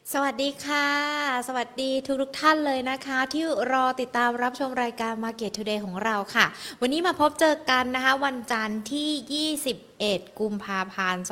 สวัสดีค่ะสวัสดีทุกท่านเลยนะคะที่รอติดตามรับชมรายการ Market Today ของเราค่ะวันนี้มาพบเจอกันนะคะวันจันทร์ที่21กุมภาพันธ์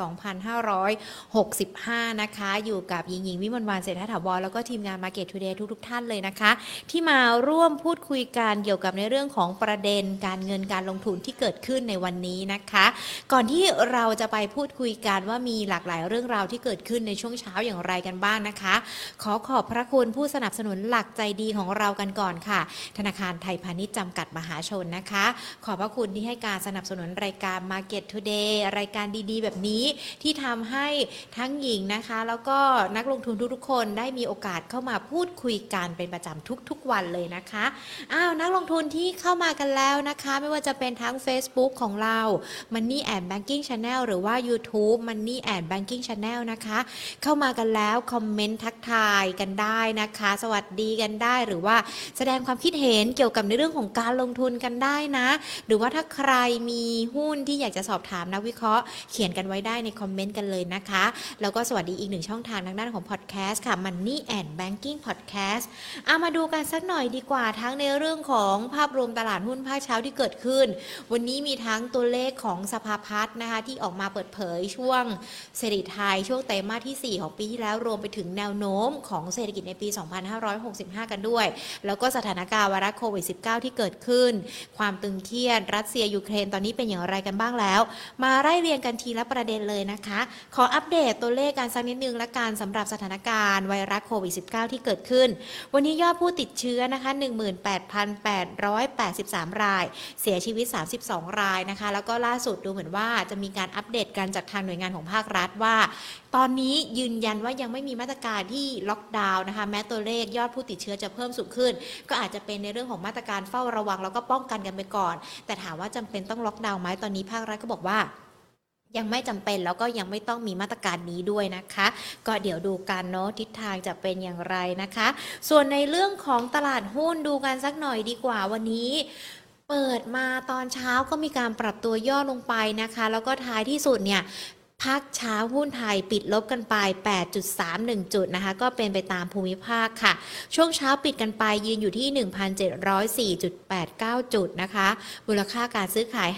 2565นะคะอยู่กับหญิงวิมลวรรณเศรษฐถาวรแล้วก็ทีมงาน Market Today ทุกท่านเลยนะคะที่มาร่วมพูดคุยกันเกี่ยวกับในเรื่องของประเด็นการเงินการลงทุนที่เกิดขึ้นในวันนี้นะคะก่อนที่เราจะไปพูดคุยกันว่ามีหลากหลายเรื่องราวที่เกิดขึ้นในช่วงเช้าอย่างไรกันบ้างนะคะขอขอบพระคุณผู้สนับสนุนหลักใจดีของเรากันก่อนค่ะธนาคารไทยพาณิชย์จำกัดมหาชนนะคะขอบพระคุณที่ให้การสนับสนุนรายการ Market Today รายการดีๆแบบนี้ที่ทำให้ทั้งหญิงนะคะแล้วก็นักลงทุนทุกๆคนได้มีโอกาสเข้ามาพูดคุยกันเป็นประจำทุกๆวันเลยนะคะนักลงทุนที่เข้ามากันแล้วนะคะไม่ว่าจะเป็นทั้ง Facebook ของเรา Money and Banking Channel หรือว่า YouTube Money and Banking Channel นะคะเข้ามากันแล้วคอมเมนต์ทักทายกันได้นะคะสวัสดีกันได้หรือว่าแสดงความคิดเห็นเกี่ยวกับในเรื่องของการลงทุนกันได้นะหรือว่าถ้าใครมีหุ้นที่อยากจะสอบถามนักวิเคราะห์เขียนกันไว้ได้ในคอมเมนต์กันเลยนะคะแล้วก็สวัสดีอีกหนึ่งช่องทางทางด้านของพอดแคสต์ค่ะ Money and Banking Podcast มาดูกันสักหน่อยดีกว่าทั้งในเรื่องของภาพรวมตลาดหุ้นภาคเช้าที่เกิดขึ้นวันนี้มีทั้งตัวเลขของสภาพัฒน์นะคะที่ออกมาเปิดเผยช่วงเศรษฐกิจไทยช่วงไตรมาสที่4ของปีที่แล้วรวมไปถึงแนวโน้มของเศรษฐกิจในปี 2565 กันด้วยแล้วก็สถานการณ์ไวรัสโควิด -19 ที่เกิดขึ้นความตึงเครียดรัสเซียยูเครนตอนนี้เป็นอย่างไรกันบ้างแล้วมาไล่เรียงกันทีละประเด็นเลยนะคะขออัปเดตตัวเลขกันสักนิดนึงละกันสำหรับสถานการณ์ไวรัสโควิด -19 ที่เกิดขึ้นวันนี้ยอดผู้ติดเชื้อนะคะ 18,883 รายเสียชีวิต32 รายนะคะแล้วก็ล่าสุดดูเหมือนว่าจะมีการอัปเดตกันจากทางหน่วยงานของภาครัฐว่าตอนนี้ยืนยันว่ายังไม่มีมาตรการที่ล็อกดาวน์นะคะแม้ตัวเลขยอดผู้ติดเชื้อจะเพิ่มสูงขึ้นก็อาจจะเป็นในเรื่องของมาตรการเฝ้าระวังแล้วก็ป้องกันกันไปก่อนแต่ถามว่าจำเป็นต้องล็อกดาวน์ไหมตอนนี้ภาครัฐก็บอกว่ายังไม่จำเป็นแล้วก็ยังไม่ต้องมีมาตรการนี้ด้วยนะคะก็เดี๋ยวดูกันเนาะทิศทางจะเป็นอย่างไรนะคะส่วนในเรื่องของตลาดหุ้นดูกันสักหน่อยดีกว่าวันนี้เปิดมาตอนเช้าก็มีการปรับตัวย่อลงไปนะคะแล้วก็ท้ายที่สุดเนี่ยภาคเช้าหุ้นไทยปิดลบกันไป 8.31 จุดนะคะก็เป็นไปตามภูมิภาคค่ะช่วงเช้าปิดกันไปยืนอยู่ที่ 1,704.89 จุดนะคะมูลค่าการซื้อขาย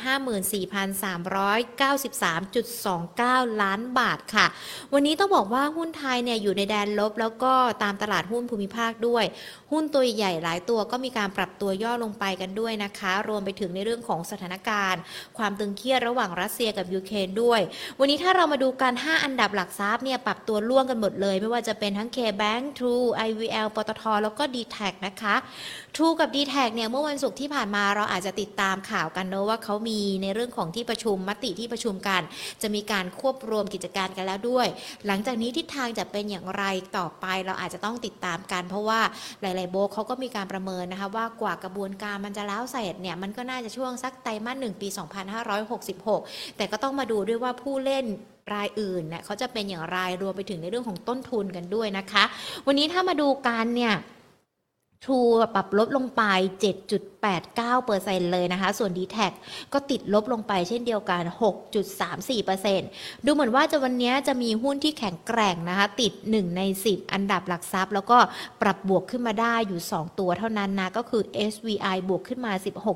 54,393.29 ล้านบาทค่ะวันนี้ต้องบอกว่าหุ้นไทยเนี่ยอยู่ในแดนลบแล้วก็ตามตลาดหุ้นภูมิภาคด้วยหุ้นตัวใหญ่หลายตัวก็มีการปรับตัวย่อลงไปกันด้วยนะคะรวมไปถึงในเรื่องของสถานการณ์ความตึงเครียดระหว่างรัสเซียกับยูเครนด้วยวันนี้ถ้าเรามาดูกัน5อันดับหลักทรัพย์เนี่ยปรับตัวร่วงกันหมดเลยไม่ว่าจะเป็นทั้ง KBank True IVL ปตทแล้วก็ DTAC นะคะ True กับ DTAC เนี่ยเมื่อวันศุกร์ที่ผ่านมาเราอาจจะติดตามข่าวกันเนอะว่าเขามีในเรื่องของที่ประชุมมติที่ประชุมกันจะมีการควบรวมกิจการกันแล้วด้วยหลังจากนี้ทิศทางจะเป็นอย่างไรต่อไปเราอาจจะต้องติดตามกันเพราะว่าหลายๆโบรกเขาก็มีการประเมินนะคะว่ากว่ากระบวนการมันจะแล้วเสร็จเนี่ยมันก็น่าจะช่วงสักไตรมาส1ปี2566แต่ก็ต้องมาดูด้วยว่าผู้เล่นรายอื่นเนี่ยเขาจะเป็นอย่างไรรวมไปถึงในเรื่องของต้นทุนกันด้วยนะคะวันนี้ถ้ามาดูกันเนี่ยTrue ปรับลดลงไป 7.89% เลยนะคะส่วน DTAC ก็ติดลบลงไปเช่นเดียวกัน 6.34% ดูเหมือนว่าวันนี้จะมีหุ้นที่แข็งแกร่งนะคะติด1ใน10อันดับหลักทรัพย์แล้วก็ปรับบวกขึ้นมาได้อยู่2ตัวเท่านั้นนะก็คือ SVI บวกขึ้นมา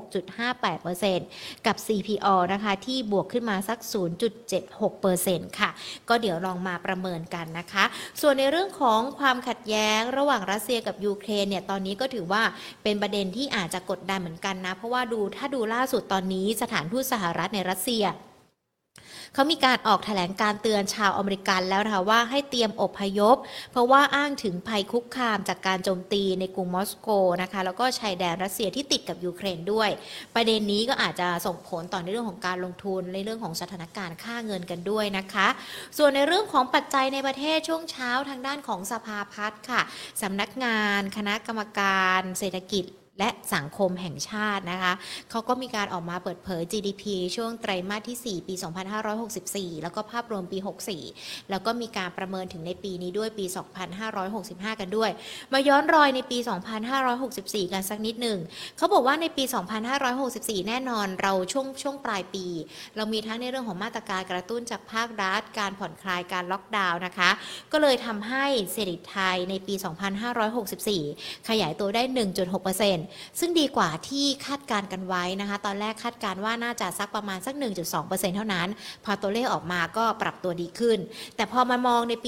16.58% กับ CPO นะคะที่บวกขึ้นมาสัก 0.76% ค่ะก็เดี๋ยวลองมาประเมินกันนะคะส่วนในเรื่องของความขัดแย้งระหว่างรัสเซียกับยูเครนเนี่ยตอนนี้ก็ถือว่าเป็นประเด็นที่อาจจะกดดันเหมือนกันนะเพราะว่าถ้าดูล่าสุดตอนนี้สถานทูตสหรัฐในรัสเซียเขามีการออกแถลงการเตือนชาวอเมริกันแล้วนะคะว่าให้เตรียมอพยพเพราะว่าอ้างถึงภัยคุกคามจากการโจมตีในกรุงมอสโกนะคะแล้วก็ชายแดนรัสเซียที่ติดกับยูเครนด้วยประเด็นนี้ก็อาจจะส่งผลต่อในเรื่องของการลงทุนในเรื่องของสถานการณ์ค่าเงินกันด้วยนะคะส่วนในเรื่องของปัจจัยในประเทศช่วงเช้าทางด้านของสภาพัฒน์ค่ะสำนักงานคณะกรรมการเศรษฐกิจและสังคมแห่งชาตินะคะเขาก็มีการออกมาเปิดเผย GDP ช่วงไตรมาสที่ 4 ปี 2564 แล้วก็ภาพรวมปี 64 แล้วก็มีการประเมินถึงในปีนี้ด้วยปี 2565 กันด้วยมาย้อนรอยในปี 2564 กันสักนิดหนึ่งเขาบอกว่าในปี 2564 แน่นอนเราช่วงปลายปีเรามีทั้งในเรื่องของมาตรการกระตุ้นจากภาครัฐการผ่อนคลายการล็อกดาวน์นะคะก็เลยทำให้เศรษฐกิจไทยในปี 2564 ขยายตัวได้ 1.6%ซึ่งดีกว่าที่คาดการณ์กันไว้นะคะตอนแรกคาดการณ์ว่าน่าจะสักประมาณสัก 1.2% เท่านั้นพอตัวเลขออกมาก็ปรับตัวดีขึ้นแต่พอมามองในปี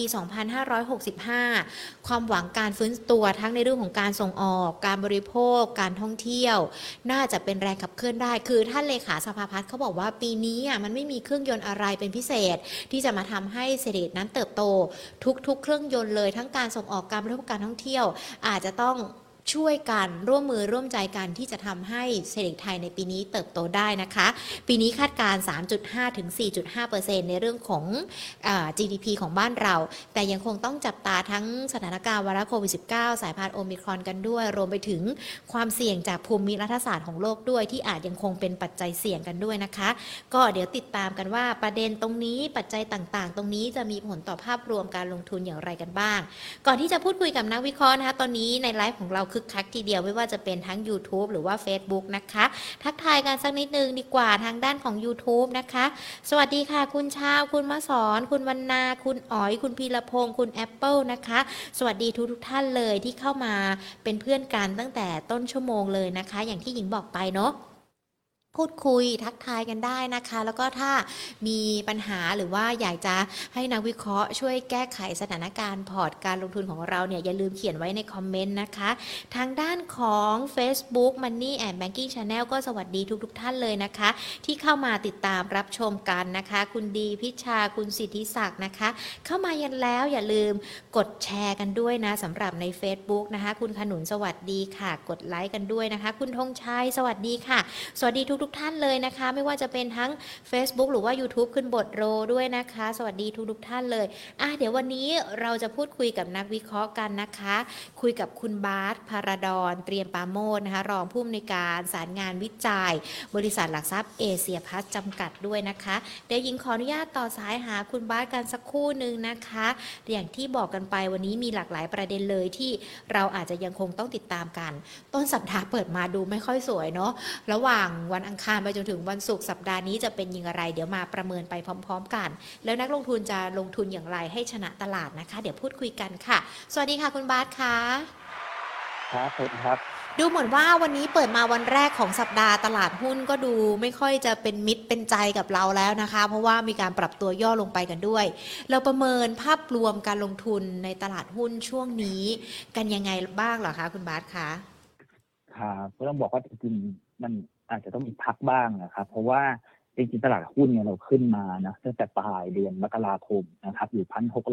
2565 ความหวังการฟื้นตัวทั้งในเรื่องของการส่งออกการบริโภคการท่องเที่ยวน่าจะเป็นแรงขับเคลื่อนได้คือท่านเลขาสภาพัฒน์เขาบอกว่าปีนี้มันไม่มีเครื่องยนต์อะไรเป็นพิเศษที่จะมาทำให้เศรษฐกิจนั้นเติบโตทุกเครื่องยนต์เลยทั้งการส่งออกการบริโภคการท่องเที่ยวอาจจะต้องช่วยกันร่วมมือร่วมใจกันที่จะทำให้เศรษฐกิจไทยในปีนี้เติบโตได้นะคะปีนี้คาดการณ์ 3.5 ถึง 4.5% ในเรื่องของGDP ของบ้านเราแต่ยังคงต้องจับตาทั้งสถานการณ์ไวรัสโควิด -19 สายพันธุ์โอมิครอนกันด้วยรวมไปถึงความเสี่ยงจากภูมิรัฐศาสตร์ของโลกด้วยที่อาจยังคงเป็นปัจจัยเสี่ยงกันด้วยนะคะก็เดี๋ยวติดตามกันว่าประเด็นตรงนี้ปัจจัยต่างๆตรงนี้จะมีผลต่อภาพรวมการลงทุนอย่างไรกันบ้างก่อนที่จะพูดคุยกับนักวิเคราะห์นะคะตอนนี้ในไลฟ์ของเราคึกคักทีเดียวไม่ว่าจะเป็นทั้ง YouTube หรือว่า Facebook นะคะทักทายกันสักนิดนึงดีกว่าทางด้านของ YouTube นะคะสวัสดีค่ะคุณชาวคุณมะสอนคุณวรรณาคุณอ๋อยคุณพีรพงศ์คุณแอปเปิลนะคะสวัสดีทุกท่านเลยที่เข้ามาเป็นเพื่อนกันตั้งแต่ต้นชั่วโมงเลยนะคะอย่างที่หญิงบอกไปเนาะพูดคุยทักทายกันได้นะคะแล้วก็ถ้ามีปัญหาหรือว่าอยากจะให้นักวิเคราะห์ช่วยแก้ไขสถานการณ์พอร์ตการลงทุนของเราเนี่ยอย่าลืมเขียนไว้ในคอมเมนต์นะคะทางด้านของ Facebook Money and Banking Channel ก็สวัสดีทุกท่านเลยนะคะที่เข้ามาติดตามรับชมกันนะคะคุณดีพิชาคุณสิทธิศักดิ์นะคะเข้ามายันแล้วอย่าลืมกดแชร์กันด้วยนะสำหรับใน Facebook นะคะคุณขนุนสวัสดีค่ะกดไลค์กันด้วยนะคะคุณธงชัยสวัสดีค่ะสวัสดีทุกท่านเลยนะคะไม่ว่าจะเป็นทั้ง Facebook หรือว่า YouTube ขึ้นบทโรด้วยนะคะสวัสดีทุกท่านเลยเดี๋ยววันนี้เราจะพูดคุยกับนักวิเคราะห์กันนะคะคุยกับคุณบาส ภารดรเตรียมปราโมชนะคะรองผู้อำนวยการสารงานวิจัยบริษัทหลักทรัพย์เอเชียพลัสจำกัดด้วยนะคะเดี๋ยวหญิงขออนุญาตต่อสายหาคุณบาสกันสักครู่นึงนะคะอย่างที่บอกกันไปวันนี้มีหลากหลายประเด็นเลยที่เราอาจจะยังคงต้องติดตามกันต้นสัปดาห์เปิดมาดูไม่ค่อยสวยเนาะระหว่างวันอังคารไปจนถึงวันศุกร์สัปดาห์นี้จะเป็นอย่างไรเดี๋ยวมาประเมินไปพร้อมๆกันแล้วนักลงทุนจะลงทุนอย่างไรให้ชนะตลาดนะคะเดี๋ยวพูดคุยกันค่ะสวัสดีค่ะคุณบาสค่ะครับสวัสดีครับดูเหมือนว่าวันนี้เปิดมาวันแรกของสัปดาห์ตลาดหุ้นก็ดูไม่ค่อยจะเป็นมิตรเป็นใจกับเราแล้วนะคะเพราะว่ามีการปรับตัวย่อลงไปกันด้วยเราประเมินภาพรวมการลงทุนในตลาดหุ้นช่วงนี้กันยังไงบ้างเหรอคะคุณบาสคะครับก็ต้องบอกว่าจริงๆมันอาจจะต้องมีพักบ้างนะครับเพราะว่าจริงๆตลาดหุ้นเนี่ยเราขึ้นมานะตั้งแต่ปลายเดือนมกราคมนะครับอยู่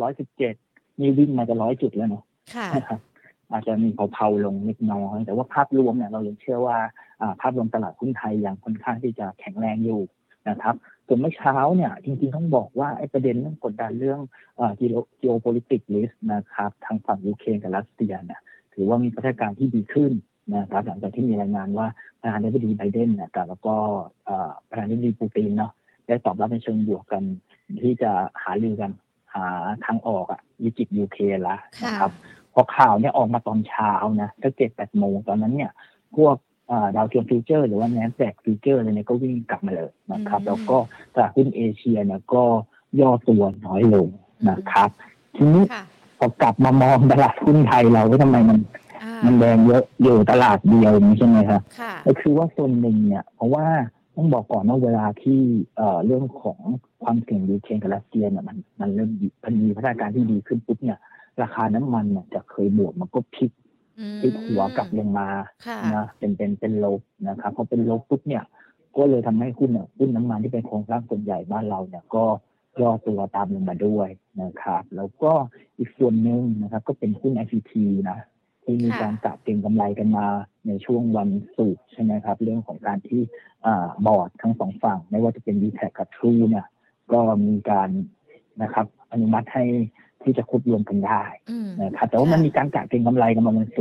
1,617นี่วิ่งมาจะ100 จุดแล้วเนาะนะครับอาจจะมีเผาๆลงเล็กน้อยแต่ว่าภาพรวมเนี่ยเรายังเชื่อว่าภาพรวมตลาดหุ้นไทยยังค่อนข้างที่จะแข็งแรงอยู่นะครับส่วนเมื่อเช้าเนี่ยจริงๆต้องบอกว่าไอ้ประเด็นเรื่องกดดันเรื่องgeopolitics risk นะครับทางฝั่งยูเครนกับรัสเซียเนี่ยถือว่ามีสถานการณ์ที่ดีขึ้นนะครับหลังจากที่มีรายงานว่าประธานาธิบดีไบเดนนะครับแล้วก็ประธานาธิบดีปูตินเนาะได้ตอบรับในเชิงบวกกันที่จะหารือกันหาทางออกวิกฤตยูเครนละนะครับพอข่าวเนี่ยออกมาตอนเช้านะก็7-8 โมงตอนนั้นเนี่ยพวกดาวโจนส์ฟิวเจอร์หรือว่า NASDAQ ฟิวเจอร์อะไรเนี่ยก็วิ่งกลับมาเลยนะครับแล้วก็ตลาดหุ้นเอเชียเนี่ยก็ย่อตัวน้อยลงนะครับทีนี้พอกลับมามองตลาดหุ้นไทยเราว่าทำไมมันแดงเยอะอยู่ตลาดเดียวนี้ใช่ไหมครับก็คือว่าส่วนหนึ่งเนี่ยเพราะว่าต้องบอกก่อนว่าเวลาที่เรื่องของความเสี่ยงยูเครนกับรัสเซียเนี่ยมันเริ่มมีพัฒนาการที่ดีขึ้นปุ๊บเนี่ยราคาน้ำมันเนี่ยจะเคยบวกมันก็พลิกหัวกลับลงมานะเป็นลบนะครับพอเป็นลบปุ๊บเนี่ยก็เลยทำให้หุ้นน้ำมันที่เป็นโครงสร้างส่วนใหญ่บ้านเราเนี่ยก็ย่อตัวตามลงมาด้วยนะครับแล้วก็อีกส่วนหนึ่งนะครับก็เป็นหุ้น ICT นะที่มีการกะเก็งกำไรกันมาในช่วงวันศุกร์ใช่ไหมครับเรื่องของการที่บอร์ดทั้งสองฝั่งไม่ว่าจะเป็น VTech กับ True เนี่ยก็มีการนะครับอนุมัติให้ที่จะควบรวมกันได้นะครับแต่ว่ามันมีการกะเก็งกำไรกันมาวันศุกร์นะ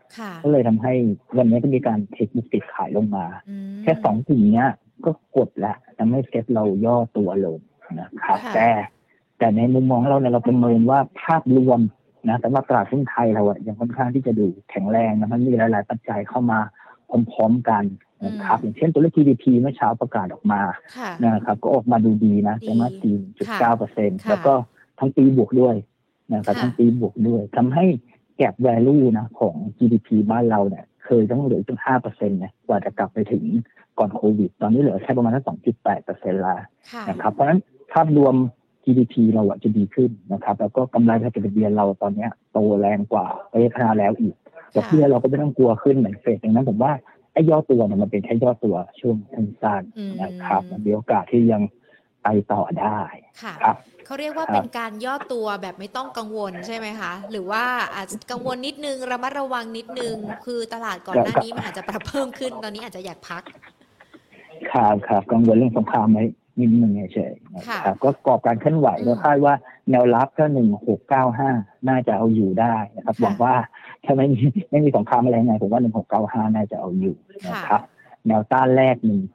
ค่ะก็เลยทำให้วันนี้ก็มีการเทคนิคติดขายลงมาแค่2กลุ่มเนี้ยก็กดแล้วทำให้เซ็ตเราย่อตัวลงนะครับแต่ในมุมมองเราเนี่ยเราประเมินว่าภาพรวมนะสำหรับตลาดหุ้นไทยเรายังค่อนข้างที่จะดูแข็งแรงนะมันมีหลายๆปัจจัยเข้ามาพร้อมๆกันนะครับอย่างเช่นตัวเลข GDP เมื่อเช้าประกาศออกมานะครับก็ออกมาดูดีนะไตรมาส 4.9% แล้วก็ทั้งปีบวกด้วยนะครับทั้งปีบวกด้วยทำให้แก็บ value นะของ GDP บ้านเราเนี่ยเคยต้องเหลือถึง 5% เนี่ยกว่าจะกลับไปถึงก่อนโควิดตอนนี้เหลือแค่ประมาณ 2.8% แล้วนะครับเพราะฉะนั้นภาพรวม GDP เราจะดีขึ้นนะครับแล้วก็กำไรทางการเงินเราตอนนี้โตแรงกว่าประเทศนาแล้วอีกแต่เพื่อเราก็ไม่ต้องกลัวขึ้นเหมือนเฟดดังนั้นผมว่าไอ้ย่อตัวเนี่ยมันเป็นแค่ย่อตัวช่วงสั้นๆนะครับมันมีโอกาสที่ยังไปต่อได้ครับเขาเรียกว่าเป็นการย่อตัวแบบไม่ต้องกังวลใช่ไหมคะหรือว่าอาจจะกังวลนิดนึงระมัดระวังนิดนึงคือตลาดก่อนหน้านี้มันอาจจะปรับเพิ่มขึ้นตอนนี้อาจจะอยากพักครับกังวลเรื่องสงครามไหมนิดนึงเฉยๆนะครับก็กรอบการเคลื่อนไหวเราคาดว่าแนวรับก็1695น่าจะเอาอยู่ได้นะครับหวังว่าถ้าไม่มีสงครามอะไรไงผมว่า1695น่าจะเอาอยู่นะครับแนวต้านแรก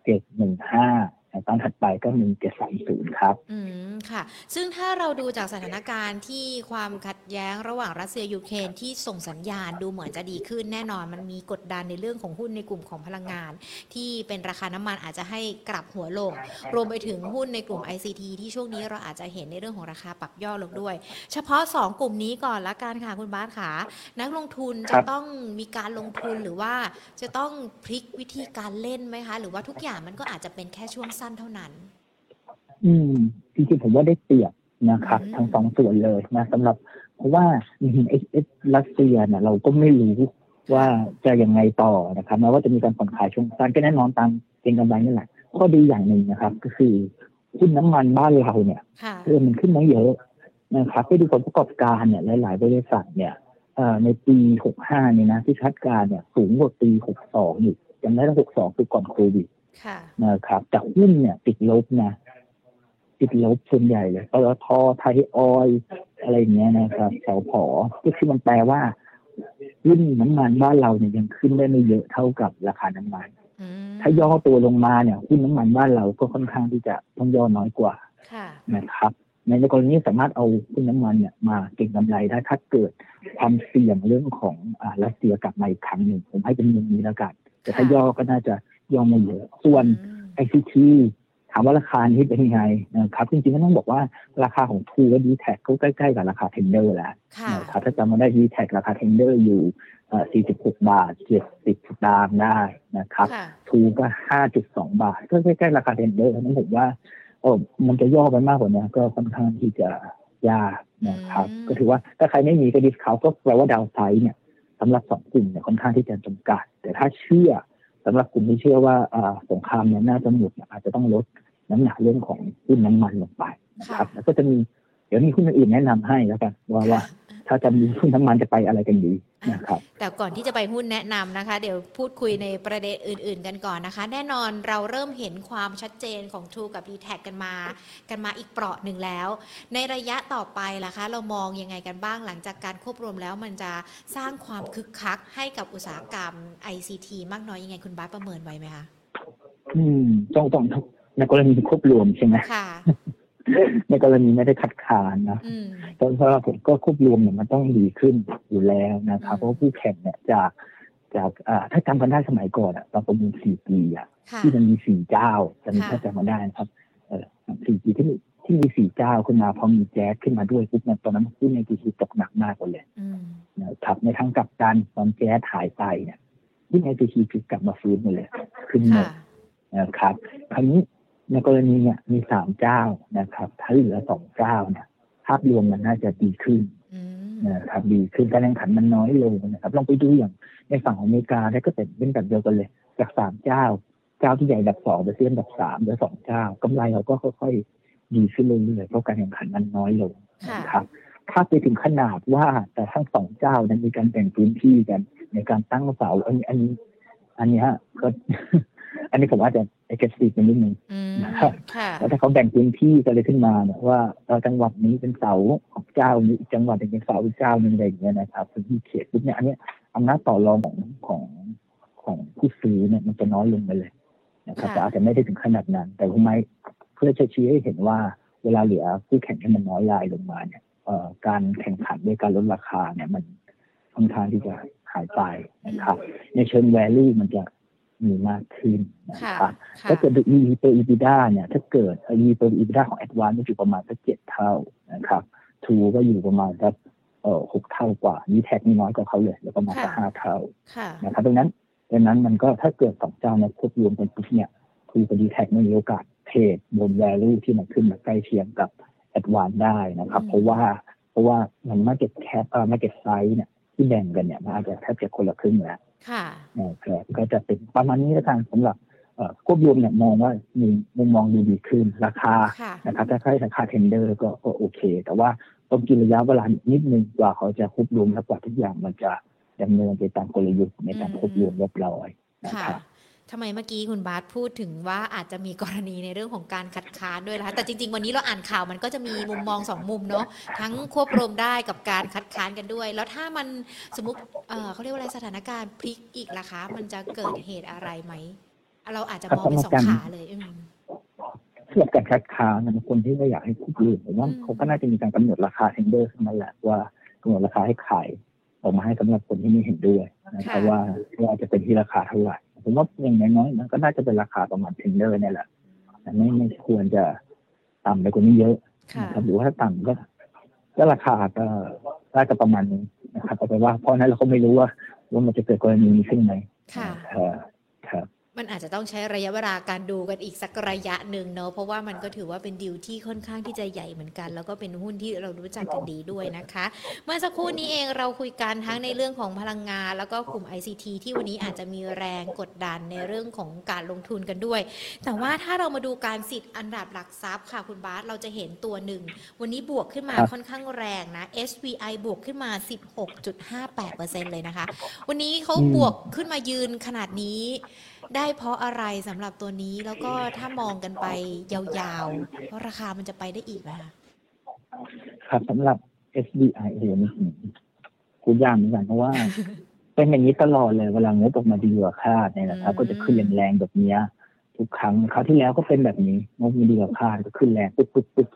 1715ต้านถัดไปก็1730ครับค่ะซึ่งถ้าเราดูจากสถานการณ์ที่ความขัดแย้งระหว่างรัสเซียยูเครนที่ส่งสัญญาณดูเหมือนจะดีขึ้นแน่นอนมันมีกดดันในเรื่องของหุ้นในกลุ่มของพลังงานที่เป็นราคาน้ำมันอาจจะให้กลับหัวลงรวมไปถึงหุ้นในกลุ่ม ICT ที่ช่วงนี้เราอาจจะเห็นในเรื่องของราคาปรับย่อลงด้วยเฉพาะ2กลุ่มนี้ก่อนละกันค่ะคุณบาสค่ะนักลงทุนจะต้องมีการลงทุนหรือว่าจะต้องพลิกวิธีการเล่นไหมคะหรือว่าทุกอย่างมันก็อาจจะเป็นแค่ช่วงสั้นเท่านั้นจริงๆผมว่าได้เปรียบนะครับทั้งสองส่วนเลยนะสำหรับเพราะว่ารัสเซียเนี่ยเราก็ไม่รู้ว่าจะยังไงต่อนะครับแม้ว่าจะมีการผ่อนคลายช่วงสั้นก็แน่นอนตามเก็งกำไรนี่แหละข้อดีอย่างหนึ่งนะครับก็คือหุ้นน้ำมันบ้านเราเนี่ยมันขึ้นมาเยอะนะครับไปดูผลประกอบการเนี่ยหลายๆบริษัทเนี่ยในปี65นี่นะที่คาดการณ์เนี่ยสูงกว่าปี62อยู่จำได้ตั้ง62คือก่อนโควิดนะครับแต่หุ้นเนี่ยติดลบส่วนใหญ่เลยปตท.ไทยออยล์อะไรเงี้ยนะครับสผ.ก็คือมันแปลว่าหุ้นน้ำมันบ้านเราเนี่ยยังขึ้นได้ไม่เยอะเท่ากับราคาน้ำมันถ้าย่อตัวลงมาเนี่ยหุ้นน้ำมันบ้านเราก็ค่อนข้างที่จะต้องย่อน้อยกว่านะครับในกรณีสามารถเอาหุ้นน้ำมันเนี่ยมาเก็งกำไรได้ถ้าเกิดความเสี่ยงเรื่องของรัสเซียกลับมาอีกครั้งหนึ่งผมให้เป็นมุมนี้แล้วกันแต่ถ้าย่อก็น่าจะย่อไม่เยอะส่วน ICTถามว่าราคานี้เป็นยังไงนะครับจริงๆก็ต้องบอกว่าราคาของ True และ D-Tag ก็ใกล้ๆกับราคา Tender แล้วนะครับถ้าจำมาได้ D-Tag ราคา Tender อยู่46 บาท70 สตางค์ได้นะครับ True ก็ 5.2 บาทก็ใกล้ๆราคา Tender นั้นผมว่ามันจะย่อไปมากกว่านี้ก็ค่อนข้างที่จะยากนะครับก็ถือว่าถ้าใครไม่มีก็ discount ก็แปลว่า downside เนี่ยสำหรับ2กลุ่มเนี่ยค่อนข้างที่จะจำกัดแต่ถ้าเชื่อสำหรับกลุ่มที่เชื่อว่าสงครามเนี่ยน่าจะหมดอาจจะต้องลดน้ำหนักเรื่องของหุ้นน้ำมันลงไปนะครับแล้วก็จะมีเดี๋ยวมีหุ้นอื่นแนะนำให้แล้วกันว่าถ้าจะมีหุ้นน้ำมันจะไปอะไรกันดีนะครับแต่ก่อนที่จะไปหุ้นแนะนำนะคะเดี๋ยวพูดคุยในประเด็นอื่นๆกันก่อนนะคะแน่นอนเราเริ่มเห็นความชัดเจนของ True กับ D-Tag กันมาอีกเปราะหนึ่งแล้วในระยะต่อไปล่ะคะเรามองยังไงกันบ้างหลังจากการควบรวมแล้วมันจะสร้างความคึกคักให้กับอุตสาหกรรม ICT มากน้อยยังไงคุณบาสประเมินไว้ไหมคะต้องในกรณีควบรวมใช่ไหมค่ะในกรณีไม่ได้คัดค้านนะเพราะว่าผมก็ควบรวมเนี่ยมันต้องดีขึ้นอยู่แล้วนะครับเพราะผู้แข่งเนี่ยจากถ้าจำกันได้สมัยก่อนตอนประมูล 4G ที่มันมี4เจ้าจำถ้าจำมาได้นะครับ4G ที่มี4เจ้าขึ้นมาพอมีแจ๊สขึ้นมาด้วยปุ๊บเนี่ยตอนนั้นหุ้นใน ICT ตกหนักมากเลยนะครับในทางกลับกันตอนแจ๊สหายไปเนี่ยหุ้น ICT คือกลับมาฟื้นหมดเลยขึ้นมานะครับคราวนี้ในกรณีเนี่ยมี3เจ้านะครับถ้าเหลือ2เจ้าเนี่ยภาพรวมมันน่าจะดีขึ้นนะครับดีขึ้นการแข่งขันมันน้อยลงนะครับลองไปดูอย่างในฝั่งของอเมริกาได้ก็เป็นแบบเดียวกันเลยจาก3เจ้าที่ใหญ่อันดับ2ไปเทียบอันดับ3เหลือ2เจ้ากำไรเราก็ค่อยๆดีขึ้นเรื่อยๆเพราะการแข่งขันมันน้อยลงนะครับถ้าไปถึงขนาดว่าแต่ทั้ง2เจ้านั้นมีการแบ่งพื้นที่กันในการตั้งเสาอันนี้ก็อันนี้ผมว่าจะaggressive เป็นนิดนึงนะครับแล้วถ้าเขาแบ่งพื้นที่กันเลยขึ้นมาเนี่ยว่าจังหวัดนี้เป็นเสาของเจ้านี้อีกจังหวัดนึงเป็นเสาอีกเจ้านึงอะไรอย่างเงี้ยนะครับพื้นที่เขตปุ๊บเนี่ยอันนี้อำนาจต่อรองของของผู้ซื้อเนี่ยมันจะน้อยลงไปเลยนะครับแต่อาจจะไม่ได้ถึงขนาดนั้นแต่ทำไมเพื่อจะชี้ให้เห็นว่าเวลาเหลือคู่แข่งที่มันน้อยรายลงมาเนี่ยการแข่งขันด้วยการลดราคาเนี่ยมันค่อนข้างที่จะหายไปนะครับในเชิง value มันจะมีมากขึ้นนะครับถ้าเกิดดู EV per EBITDA เนี่ยถ้าเกิด EV per EBITDA ของ Advance อยู่ประมาณสัก7 เท่านะครับ True ก็อยู่ประมาณสัก6 เท่ากว่า Dtac นี่น้อยกว่าเขาเลยแล้วประมาณสัก5 เท่านะครับดังนั้นมันก็ถ้าเกิด2เจ้าเนี่ยควบรวมกันปุ๊บเนี่ยTrueกับ Dtac มีโอกาสเทรดบน value ที่มันขึ้นมาใกล้เคียงกับ Advance ได้นะครับเพราะว่ามัน market cap market size เนี่ยที่แบ่งกันเนี่ยมันอาจจะแทบจะคนละครึ่งแล้วก็จะเป็นประมาณนี้แล้วกันสำหรับควบรวมเนี่ยมองว่ามีมุมมองดีขึ้นราคานะครับถ้าใครราคาเทนเดอร์ก็โอเคแต่ว่าต้องกินระยะเวลานิดนึงกว่าเขาจะควบรวมและกว่าทุกอย่างมันจะดำเนินไปตามกลยุทธ์ในการควบรวมเรียบร้อยนะครับทำไมเมื่อกี้คุณบาสพูดถึงว่าอาจจะมีกรณีในเรื่องของการคัดค้านด้วยนะคะแต่จริงๆวันนี้เราอ่านข่าวมันก็จะมีมุมมอง2 มุมเนาะทั้งควบรวมได้กับการคัดค้านกันด้วยแล้วถ้ามันสมมุติเขาเรียกว่าอะไรสถานการณ์พลิกอีกล่ะคะมันจะเกิดเหตุอะไรไหมเราอาจจะมองเป็น2 ขาเลยเทียบกับคัดค้านนะคนที่ไม่อยากให้ควบรวมผมว่าเขาก็น่าจะมีการกำหนดราคาเทนเดอร์ขึ้นมาแหละว่ากำหนดราคาให้ขายออกมาให้สำหรับคนที่ไม่เห็นด้วยนะครับว่าจะเป็นที่ราคาเท่าไหร่ผมว่าอย่างน้อยๆมันก็น่าจะเป็นราคาประมาณเทนเดอร์นี่แหละไม่ควรจะต่ำไปกว่านี้เยอะนะครับหรือว่าถ้าต่ำก็ราคาก็น่าจะประมาณนี้นะครับเอาไปว่าเพราะนั้นเราก็ไม่รู้ว่ามันจะเกิดกรณีนี้ขึ้นไหมครับมันอาจจะต้องใช้ระยะเวลาการดูกันอีกสักระยะหนึ่งเนาะเพราะว่ามันก็ถือว่าเป็นดีลที่ค่อนข้างที่จะใหญ่เหมือนกันแล้วก็เป็นหุ้นที่เรารู้จักกันดีด้วยนะคะเมื่อสักครู่นี้เองเราคุยกันทั้งในเรื่องของพลังงานแล้วก็กลุ่ม ICT ที่วันนี้อาจจะมีแรงกดดันในเรื่องของการลงทุนกันด้วยแต่ว่าถ้าเรามาดูการสิทธิ์อันดับหลักทรัพย์ค่ะคุณบาสเราจะเห็นตัวหนึ่งวันนี้บวกขึ้นมาค่อนข้างแรงนะ SVI บวกขึ้นมา 16.58% เลยนะคะวันนี้เขาบวกขึ้นมายืนขนาดนี้ได้เพราะอะไรสำหรับตัวนี้แล้วก็ถ้ามองกันไปยาวๆเพราะราคามันจะไปได้อีกไหมคะครับสำหรับ SBI เองกูยากเหมือนกันเพราะว่า เป็นอย่างนี้ตลอดเลยเวลางบออกมาดีกว่าคาดเนี่ยนะครับก็จะขึ้นแรงๆแบบนี้ทุกครั้งคราวที่แล้วก็เป็นแบบนี้งบมีดีกว่าคาดก็ขึ้นแรงปุ๊บ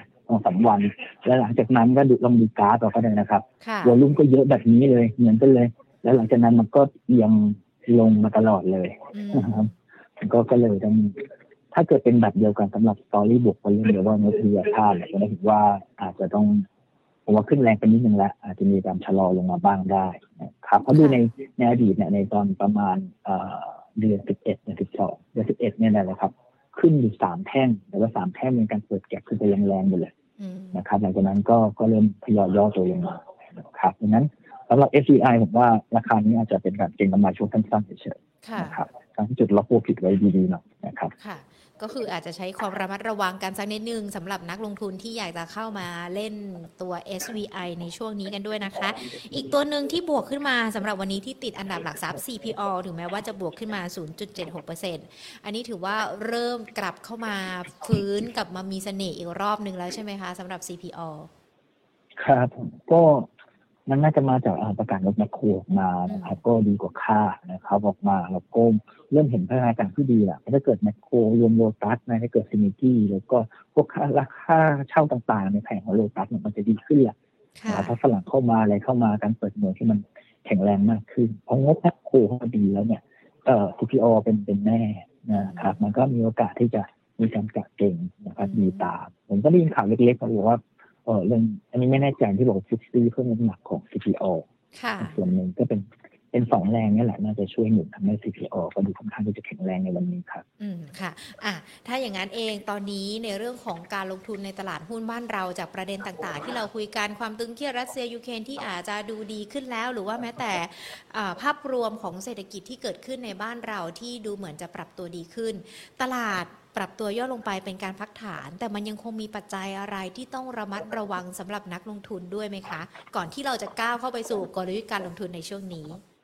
2-3 วันแล้วหลังจากนั้นก็ลองดูกราฟเราก็ได้นะครับวอลุ่มก็เยอะแบบนี้เลยเหมือนกันเลยแล้วหลังจากนั้นมันก็เอียงลงมาตลอดเลยนะครับก็เลยต้องถ้าเกิดเป็นแบบเดียวกันสำหรับสตอรี่บวกไปเรื่องเดียวว่างบดีกว่าคาดเนี่ยก็ได้เห็นว่าอาจจะต้องผมว่าขึ้นแรงไปนิดนึงแล้วอาจจะมีการชะลอลงมาบ้างได้นะครับเพราะดูในอดีตเนี่ยในตอนประมาณเดือน11เดือน12เดือน11เนี่ยนะครับขึ้นอยู่3แท่งแต่ว่า3แท่งเป็นการเปิดแก็บขึ้นไปแรงๆอยู่เลยนะครับหลังจากนั้นก็เริ่มทยอยย่อตัวลงมาครับดังนั้นสำหรับ SCI ผมว่าราคานี้อาจจะเป็นการเก็งกำไรช่วงสั้นๆเฉยๆนะครับทั้งจุดล็อกโปรฟิตไว้ดีๆหน่อยนะครับก็คืออาจจะใช้ความระมัดระวังกันสักนิดนึงสำหรับนักลงทุนที่อยากจะเข้ามาเล่นตัว SVI ในช่วงนี้กันด้วยนะคะอีกตัวหนึ่งที่บวกขึ้นมาสำหรับวันนี้ที่ติดอันดับหลักทรัพย์ CPO ถึงแม้ว่าจะบวกขึ้นมา 0.76% อันนี้ถือว่าเริ่มกลับเข้ามาฟื้นกลับมามีเสน่ห์อีกรอบนึงแล้วใช่ไหมคะสำหรับ CPO ครับก็มันน่าจะมาจากประกาศงบแมคโครออกมานะครับก็ดีกว่าคาดนะครับออกมาแล้วก็เริ่มเห็นพัฒนาการที่ดีแหละถ้าเกิดแมคโครรวมโลตัสนะถ้าเกิดซินิตี้แล้วก็พวกราคาเช่าต่างๆในแผงของโลตัสมันจะดีขึ้นแหละถ้าฝรั่งเข้ามาอะไรเข้ามาการเปิดเมืองที่มันแข็งแรงมากขึ้นเพราะงบแมคโครเขาดีแล้วเนี่ยCPO เป็นแน่นะครับมันก็มีโอกาสที่จะมีการกะเก่งนะครับดีตามผมก็ได้ยินข่าวเล็กๆเขาบอกว่าเรื่องอันนี้ไม่แน่ใจที่บอกฟิกซี่เพิ่มน้ำหนักของ CPO ส่วนหนึ่งก็เป็น2แรงนี่แหละน่าจะช่วยหนุนทำให้ CPO ก็ดูค่อนข้างที่จะแข็งแรงในวันนี้ครับค่ะถ้าอย่างนั้นเองตอนนี้ในเรื่องของการลงทุนในตลาดหุ้นบ้านเราจากประเด็นต่างๆที่เราคุยกันความตึงเครียดรัสเซียยูเครนที่อาจจะดูดีขึ้นแล้วหรือว่าแม้แต่ภาพรวมของเศรษฐกิจที่เกิดขึ้นในบ้านเราที่ดูเหมือนจะปรับตัวดีขึ้นตลาดปรับตัวย่อลงไปเป็นการพักฐานแต่มันยังคงมีปัจจัยอะไรที่ต้องระมัดระวังสำหรับนักลงทุนด้วยไหมคะก่อนที่เราจะก้าวเข้าไปสู่กลยุทธ์การลงทุนในช่วงนี้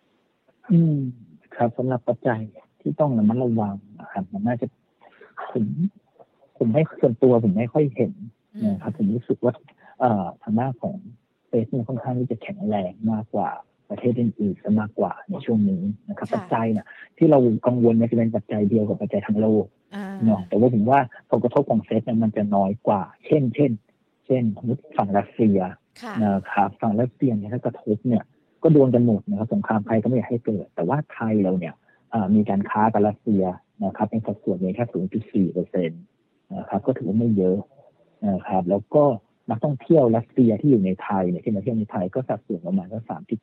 ครับสำหรับปัจจัยที่ต้องระมัดระวังนะครับมันน่าจะผมไม่ส่วนตัวผมไม่ค่อยเห็นนะครับผมรู้สึกว่าทางด้านของเฟสมันค่อนข้างที่จะแข็งแรงมากกว่าประเทศอื่นๆซะมากกว่าในช่วงนี้นะครับปัจค่ะจัยเนี่ยที่เรากังวลเนี่ยจะเป็นปัจจัยเดียวกับปัจจัยทั้งโลกเนาะแต่ว่าผมว่าผลกระทบของเซตเนี่ยมันจะน้อยกว่าเช่นสมมติฝั่งรัสเซียค่ะนะครับฝั่งรัสเซียเนี่ยถ้ากระทบเนี่ยก็โดนกันหมดนะครับสงครามใครก็ไม่อยากให้เกิดแต่ว่าไทยเราเนี่ยมีการค้ากับรัสเซียนะครับเป็นสัดส่วนเพียงแค่ 0.4% นะครับก็ถือว่าไม่เยอะนะครับแล้วก็นักท่องเที่ยวรัสเซียที่อยู่ในไทยเนี่ยที่มาเที่ยวในไทยก็สัดส่วนประมาณ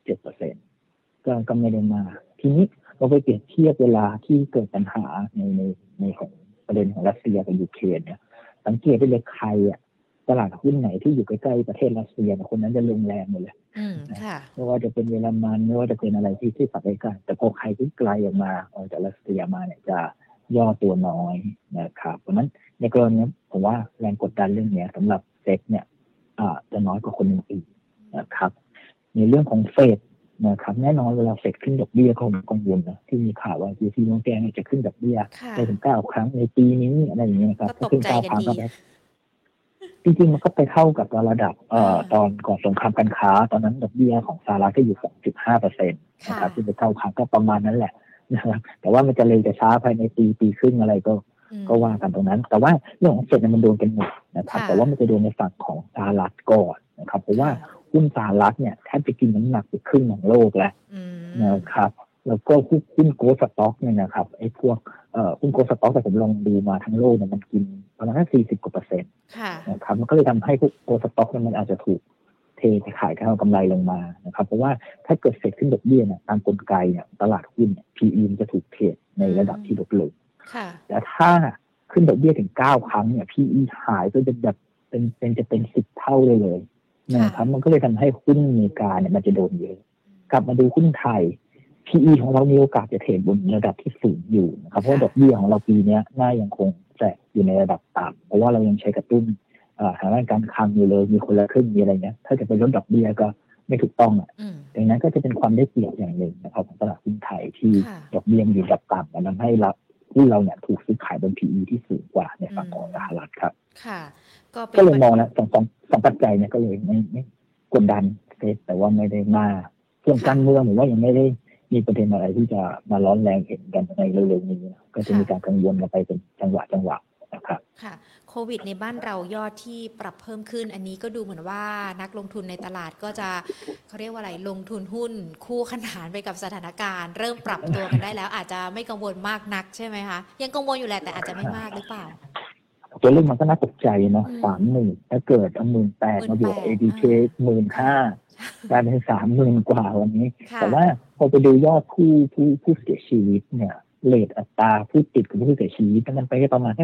3.7%ก็ไม่ได้มากทีนี้เราไปเปรียบเทียบเวลาที่เกิดปัญหาในของประเด็นของรัสเซียกับยูเครนเนี่ยสังเกตได้เลยใครอ่ะตลาดหุ้นไหนที่อยู่ใกล้ๆประเทศรัสเซียคนนั้นจะลงแรงหมดเลยค่ะไม่ว่าจะเป็นเยอรมันไม่ว่าจะเป็นอะไรที่ฝั่งใกล้ๆแต่พอใครที่ไกลออกมาออกจากรัสเซียมาเนี่ยจะย่อตัวน้อยนะครับเพราะนั้นในกรณีนี้ผมว่าแรงกดดันเรื่องนี้สำหรับเซ็ตเนี่ยจะน้อยกว่าคนอื่นๆนะครับในเรื่องของเฟดนะครับแน่นอนเวลาเฟดขึ้นดอกเบี้ยเขากังวลนะที่มีข่าวว่าจีซีมอร์แกนจะขึ้นดอกเบี้ยได้ถึง9 ครั้งในปีนี้อะไรอย่างเงี้ยนะครับถ้าขึ้น9 ครั้งก็ได้จริงๆมันก็ไปเท่ากับระดับตอนก่อนสงครามการค้าตอนนั้นดอกเบี้ยของสหรัฐก็อยู่ 2.5% นะครับที่ไปเท่าครั้งก็ประมาณนั้นแหละนะครับแต่ว่ามันจะเร็วจะช้าภายในปีครึ่งอะไรก็ว่ากันตรงนั้นแต่ว่าเรื่องของเฟดมันโดนกันหมดนะครับแต่ว่ามันจะโดนในฝั่งของสหรัฐก่อนนะครับเพราะว่าหุ้นสหรัฐเนี่ยแทบจะกินน้ำหนักไปครึ่งของโลกแล้วนะครับแล้วก็หุ้นโกลด์สต็อกเนี่ยนะครับไอ้พวกหุ้นโกลด์สต็อกแต่ผมลองดูมาทั้งโลกเนี่ยมันกินประมาณ40% นะครับมันก็เลยทำให้พวกโกลด์สต็อกมันอาจจะถูกเทไปขายข้าวกำไรลงมานะครับเพราะว่าถ้าเกิดเฟดขึ้นดอกเบี้ยเนี่ยตามกลไกเนี่ยตลาดหุ้นเนี่ย PE มันจะถูกเทรดในระดับที่ลดลงแต่ถ้าขึ้นดอกเบี้ยถึง9 ครั้งเนี่ย PE หายไปเป็นแบบเป็น10 เท่าเลยนะครับมันก็เลยทำให้หุ้นอเมริกาเนี่ยมันจะโดนเยอะกลับมาดูหุ้นไทย PE ของเรามีโอกาสจะเทรดบนระดับที่สูงอยู่นะครับเพราะดอกเบี้ยของเราปีนี้น่ายังคงแตะอยู่ในระดับต่ำเพราะว่าเรายังใช้กระตุ้นทางด้านการคลังอยู่เลยมีคนละครึ่งมีอะไรเงี้ยถ้าจะไปลดดอกเบี้ยก็ไม่ถูกต้องดังนั้นก็จะเป็นความได้เปรียบอย่างหนึ่งนะครับของตลาดหุ้นไทยที่ดอกเบี้ยอยู่ระดับต่ำและทำให้หุ้นเราเนี่ยถูกซื้อขายบน PE ที่สูงกว่าในฝั่งของสหรัฐครับก็เลยมองแล้วสองปัจจัยเนี่ยก็เลยไม่กดดันเฟดแต่ว่าไม่ได้มาส่วนการเมืองหรือว่ายังไม่ได้มีประเด็นอะไรที่จะมาร้อนแรงเห็นกันในเร็วๆนี้ก็จะมีการกังวลกันไปเป็นจังหวะนะครับค่ะโควิดในบ้านเรายอดที่ปรับเพิ่มขึ้นอันนี้ก็ดูเหมือนว่านักลงทุนในตลาดก็จะเขาเรียกว่าอะไรลงทุนหุ้นคู่ขนานไปกับสถานการณ์เริ่มปรับตัวกันได้แล้วอาจจะไม่กังวลมากนักใช่ไหมคะยังกังวลอยู่แหละแต่อาจจะไม่มากหรือเปล่าตัวเลขมันก็น่าตกใจเนาะ30,000ถ้าเเกิด18,000มาบวก ADK 15,000กลายเป็น30,000 กว่าวันนี้แต่ว่าพอไปดูยอดผู้เสียชีวิตเนี่ยเรทอัตราผู้ติดกับผู้เสียชีวิตมันไปประมาณแค่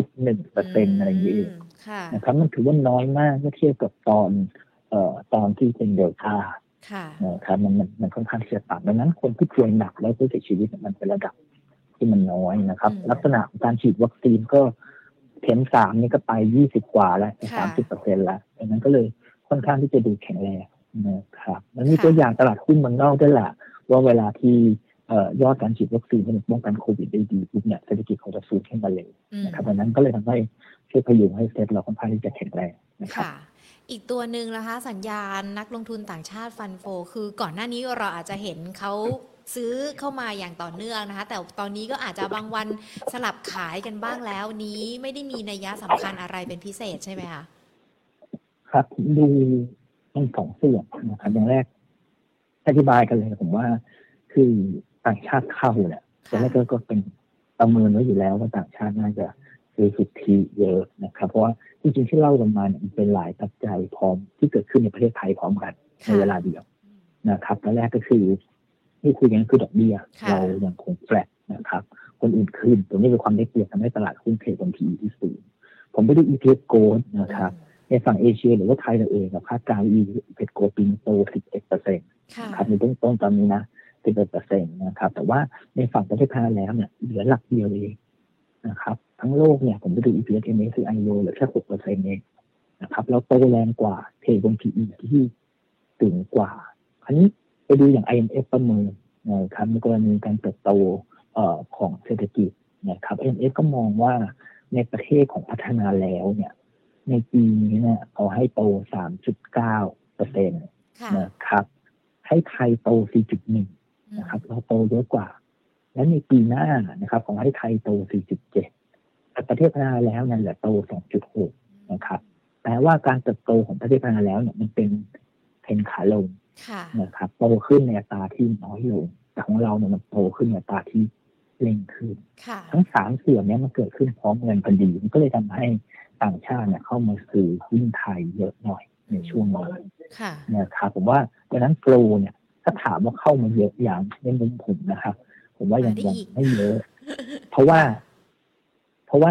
0.1% อะไรอย่างเงี้ยนะครับมันถือว่าน้อยมากเมื่อเทียบกับตอนที่เป็นเดลต้านะครับมันค่อนข้างที่จะต่ำดังนั้นคนที่ป่วยหนักแล้วผู้เสียชีวิตมันเป็นระดับที่มันน้อยนะครับลักษณะของการฉีดวัคซีนก็เข็ม3นี่ก็ไป20 กว่าแล้ว 30% แล้วดังนั้นก็เลยค่อนข้างที่จะดูแข็งแรงนะครับมันมีตัวอย่างตลาดหุ้นเมืองนอกด้วยแหละว่าเวลาที่ยอดการฉีดวัคซีนมันป้องกันโควิดได้ดีปุ๊บเนี่ยเศรษฐกิจเขาจะฟื้นขึ้นมาเร็วนะครับดังนั้นก็เลยทำให้ช่วยพยุงให้เซ็ตเราค่อนข้างที่จะแข็งแรงนะครับอีกตัวหนึ่งนะคะสัญญาณนักลงทุนต่างชาติฟันโฟคือก่อนหน้านี้เราอาจจะเห็นเขาซื้อเข้ามาอย่างต่อเนื่องนะคะแต่ตอนนี้ก็อาจจะบางวันสลับขายกันบ้างแล้วนี้ไม่ได้มีนัยสำคัญอะไรเป็นพิเศษใช่ไหมคะครับดูทั้งสองส่วนนะครับอย่างแรกอธิบายกันเลยผมว่าคือต่างชาติเข้าเนี่ยตอนแรกก็เป็นประเมินไว้อยู่แล้วว่าต่างชาติน่าจะซื้อสุทธิเยอะนะครับเพราะว่าจริงๆที่เล่ากันมาเนี่ยมันเป็นหลายปัจจัยพร้อมที่เกิดขึ้นในประเทศไทยพร้อมกันในเวลาเดียวนะครับตอนแรกก็คือที่คุยกันคือดอกเบี้ยเรายังคงแฟลตนะครับคนอื่นขึ้นตรงนี้เป็นความได้เปรียบทำให้ตลาดหุ้นเทรดบน PE ที่สูงผมไปดู EPS Growth นะครับในฝั่งเอเชียหรือว่าไทยเราเองกับคาดการณ์ EPS Growth ปีโต 11% ครับในเบื้องต้นตอนนี้นะ 11% นะครับแต่ว่าในฝั่งประเทศไทยแล้วเนี่ยเหลือหลักเดียวเองนะครับทั้งโลกเนี่ยผมไปดู EPS MSCI World เหลือแค่ 6% เองนะครับแล้วโตแรงกว่าเทรดบน PE ที่สูงกว่าอันนี้ไปดูอย่าง IMF ประเมินนะครับในกรณีการเติบโตของเศรษฐกิจนะครับ IMF ก็มองว่าในประเทศของพัฒนาแล้วเนี่ยในปีนี้เนี่ยเขาให้โต 3.9% นะครับให้ไทยโต 4.1 นะครับเราโตเยอะกว่าและในปีหน้านะครับของให้ไทยโต 4.7 แต่ประเทศพัฒนาแล้วเนี่ยเหลือโต 2.6 นะครับแปลว่าการเติบโตของประเทศพัฒนาแล้วเนี่ยมันเป็นเทรนขาลงนะครับโตขึ้นในอัตราที่น้อยลงแต่ของเราเนี่ยมันโตขึ้นในอัตราที่เร่งขึ้นทั้ง3ส่วนนี้มันเกิดขึ้นพร้อมกันพอดีมันก็เลยทำให้ต่างชาติเนี่ยเข้ามาซื้อหุ้นไทยเยอะหน่อยในช่วงนี้นะครับผมว่าดังนั้นโฟลว์เนี่ยถ้าถามว่าเข้ามาเยอะอย่างในมุมผมนะครับผมว่ายังไม่เยอะเพราะว่า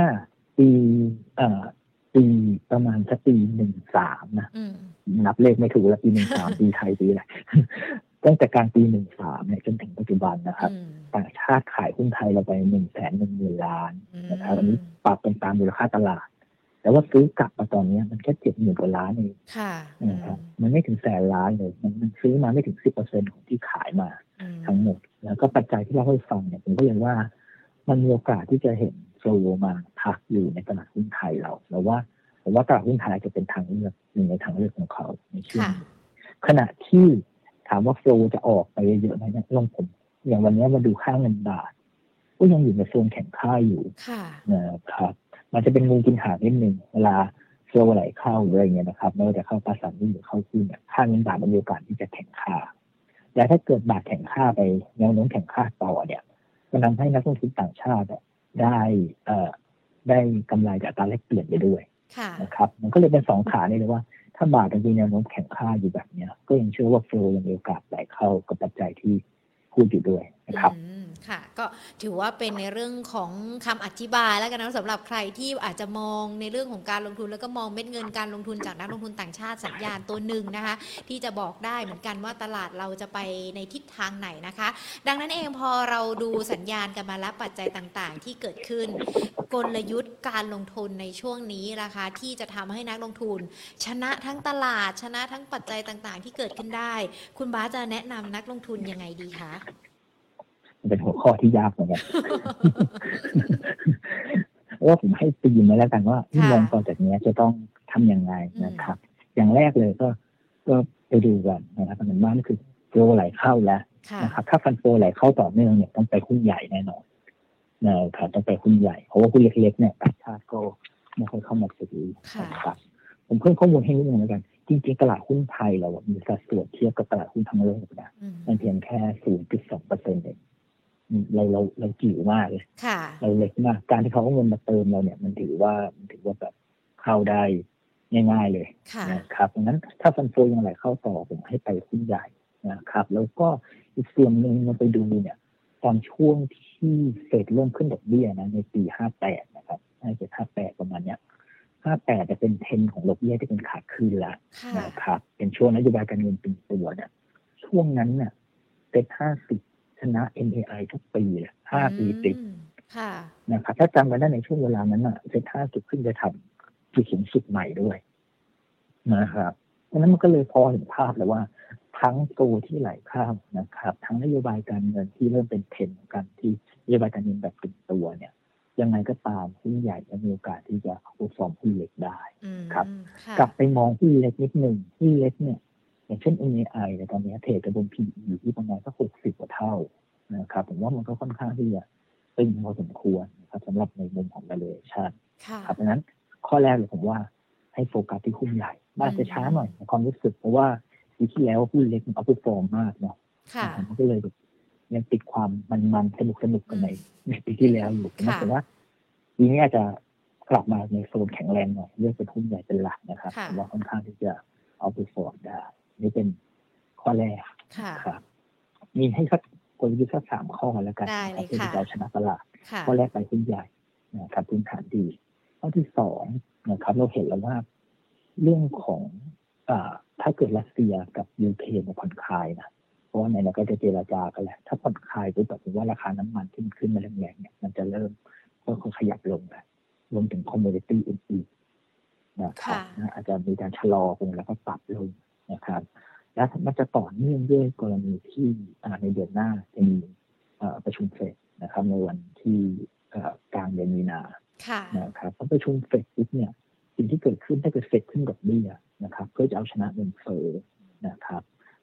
ปีประมาณสักปี13นะนับเลขไม่ถูกแล้วปี13ปีไทยปีอะไรตั้งแต่กลางปี13เนี่ยจนถึงปัจจุบันนะครับต่างชาติขายหุ้นไทยเราไป110,000 ล้านนะครับอันนี้ปรับเป็นตามมูลค่าตลาดแต่ว่าซื้อกลับมาตอนนี้มันแค่70,000 กว่าล้านเองนะครับมันไม่ถึง100,000 ล้านเลยมันซื้อมาไม่ถึง 10% ของที่ขายมาทั้งหมดแล้วก็ปัจจัยที่เราให้ฟังเนี่ยผมก็เลยว่ามันมีโอกาสที่จะเห็นโฟลว์มาพักอยู่ในตลาดหุ้นไทยเราแล้วว่าผมว่าตลาดหุ้นไทยจะเป็นทางเลือกหนึ่งในทางเลือกของเขาในช่วงนี้ขณะที่ถามว่าโฟลว์จะออกไปเยอะไหมเนี่ยลองผมอย่างวันนี้มาดูค่าเงินบาทก็ยังอยู่ในโซนแข็งค่าอยู่นะครับมันจะเป็นงูกินหางนิดนึงเวลาโฟลว์ไหลเข้าอะไรเงี้ยนะครับไม่ว่าจะเข้าตราสารหนี้หรือเข้าหุ้นเนี่ยค่าเงินบาทมันมีโอกาสที่จะแข็งค่าและถ้าเกิดบาทแข็งค่าไปแนวโน้มแข็งค่าต่อเนี่ยมันทำให้นักลงทุนต่างชาติได้กำไรจากการแลกเปลี่ยนไปด้วยนะครับมันก็เลยเป็น2ขานี่เลยว่าถ้าบาทยังมีแนวโน้มแข็งค่าอยู่แบบนี้ก็ยังเชื่อว่าโฟลว์ยังมีโอกาสไหลเข้ากับปัจจัยที่พูดอยู่ด้วยนะครับค่ะก็ถือว่าเป็นในเรื่องของคำอธิบายแล้วกันนะสำหรับใครที่อาจจะมองในเรื่องของการลงทุนแล้วก็มองเม็ดเงินการลงทุนจากนักลงทุนต่างชาติสัญญาณตัวหนึ่งนะคะที่จะบอกได้เหมือนกันว่าตลาดเราจะไปในทิศทางไหนนะคะดังนั้นเองพอเราดูสัญญาณกันมาแล้วปัจจัยต่างๆที่เกิดขึ้นกลยุทธ์การลงทุนในช่วงนี้นะคะที่จะทำให้นักลงทุนชนะทั้งตลาดชนะทั้งปัจจัยต่างๆที่เกิดขึ้นได้คุณบาสจะแนะนำนักลงทุนยังไงดีคะเป็นหัวข้อที่ยากเหมือนกันว่าผมให้ตีมมาแล้วกันว่าที่มองต่อจากนี้จะต้องทำยังไงนะครับอย่างแรกเลยก็ไปดูกันนะครับมันว่านี่คือโฟลว์ไหลเข้าแล้วนะครับถ้าฟันโฟลว์ไหลเข้าต่อเนื่องเนี่ยต้องไปหุ้นใหญ่แน่นอนนะครับต้องไปหุ้นใหญ่เพราะว่าหุ้นเล็กๆเนี่ยต่างชาติก็ไม่ค่อยเข้ามาซื้อนะครับผมเพิ่มข้อมูลให้นิดนึงแล้วกันจริงๆตลาดหุ้นไทยเรามีสัดส่วนเทียบกับตลาดหุ้นทั้งโลกนะมันเพียงแค่ 0.2% เองเราจิ๋วมากเลยเราเล็กมากการที่เขาเอาเงินมาเติมเราเนี่ยมันถือว่าแบบเข้าได้ง่ายๆเลยนะครับดังนั้นถ้าฟันโฟยังไหลเข้าต่อผมให้ไปหุ้นใหญ่นะครับแล้วก็อีกส่วนหนึ่งเราไปดูเนี่ยตอนช่วงที่เฟดเริ่มขึ้นดอกเบี้ยนะในปี58นะครับ57-58ประมาณเนี้ย58จะเป็นเทรนด์ของดอกเบี้ยที่เป็นขาขึ้นแล้วนะครับเป็นช่วงนโยบายการเงินเป็นตัวเนี่ยช่วงนั้นเนี่ยเซ็ต50ชนะ MAI ทุกปีเลย5 ปีติดนะครับถ้าจำกันได้ในช่วงเวลานั้นเซ็ต50ขึ้นจะทำจุดสูงสุดใหม่ด้วยนะครับเพราะนั้นมันก็เลยพอเห็นภาพเลยว่าทั้งตัวที่ไหลเข้านะครับทั้งนโยบายการเงินที่เริ่มเป็นเทรนด์กันที่นโยบายการเงินแบบเป็นตัวเนี่ยยังไงก็ตามหุ้นใหญ่จะมีโอกาสที่จะเข้าฟอร์มหุ้นเล็กได้ครับกลับไปมองหุ้นเล็กนิดนึงหุ้นเล็กเนี่ยอย่างเช่น MAI ในตอนนี้เทรดกับบน PE อยู่ที่ประมาณสัก60 กว่าเท่านะครับผมว่ามันก็ค่อนข้างที่จะตึงพอสมควรนะครับสำหรับในมุมของ valuation ครับดังนั้นข้อแรกเลยผมว่าให้โฟกัสที่หุ้นใหญ่อาจจะช้าหน่อยในความรู้สึกเพราะว่าปีที่แล้วหุ้นเล็กมันเอาไปฟอร์มมากเนาะมันก็เลยยังติดความมันสนุกกันในปีที่แล้วอยู่แต่ว่าปีนี้อาจจะกลับมาในโซนแข็งแรงหน่อยเลือกเป็นหุ้นใหญ่เป็นหลักนะครับผมว่าค่อนข้างที่จะเอาไปฟอร์มได้นี่เป็นข้อแรกครับมีให้สักกลยุทธ์สัก3 ข้อแล้วกันที่จะเอาชนะตลาดข้อแรกไปหุ้นใหญ่นะครับพื้นฐานดีข้อที่2นะครับเราเห็นแล้วว่าเรื่องของถ้าเกิดรัสเซียกับยูเครนผ่อนคลายนะเพราะว่าไหนๆก็จะเจรจากันแหละถ้าผ่อนคลายปุ๊บแบบว่าราคาน้ำมันที่ขึ้นมาแรงๆเนี่ยมันจะเริ่มค่อยๆขยับลงแล้วรวมถึงคอมมูนิตี้อื่นๆนะครับอาจจะมีการชะลอลงแล้วก็ปรับลงนะครับและมันจะต่อเนื่องด้วยกรณีที่ในเดือนหน้าจะมีประชุมเฟดนะครับในวันที่กลางเดือนมีนานะครับพอประชุมเฟดปุ๊บเนี่ยสิ่งที่เกิดขึ้นถ้าเกิดเฟดขึ้นดอกเบี้ยนะครับเพื่อจะเอาชนะเงินเฟ้อนะครับ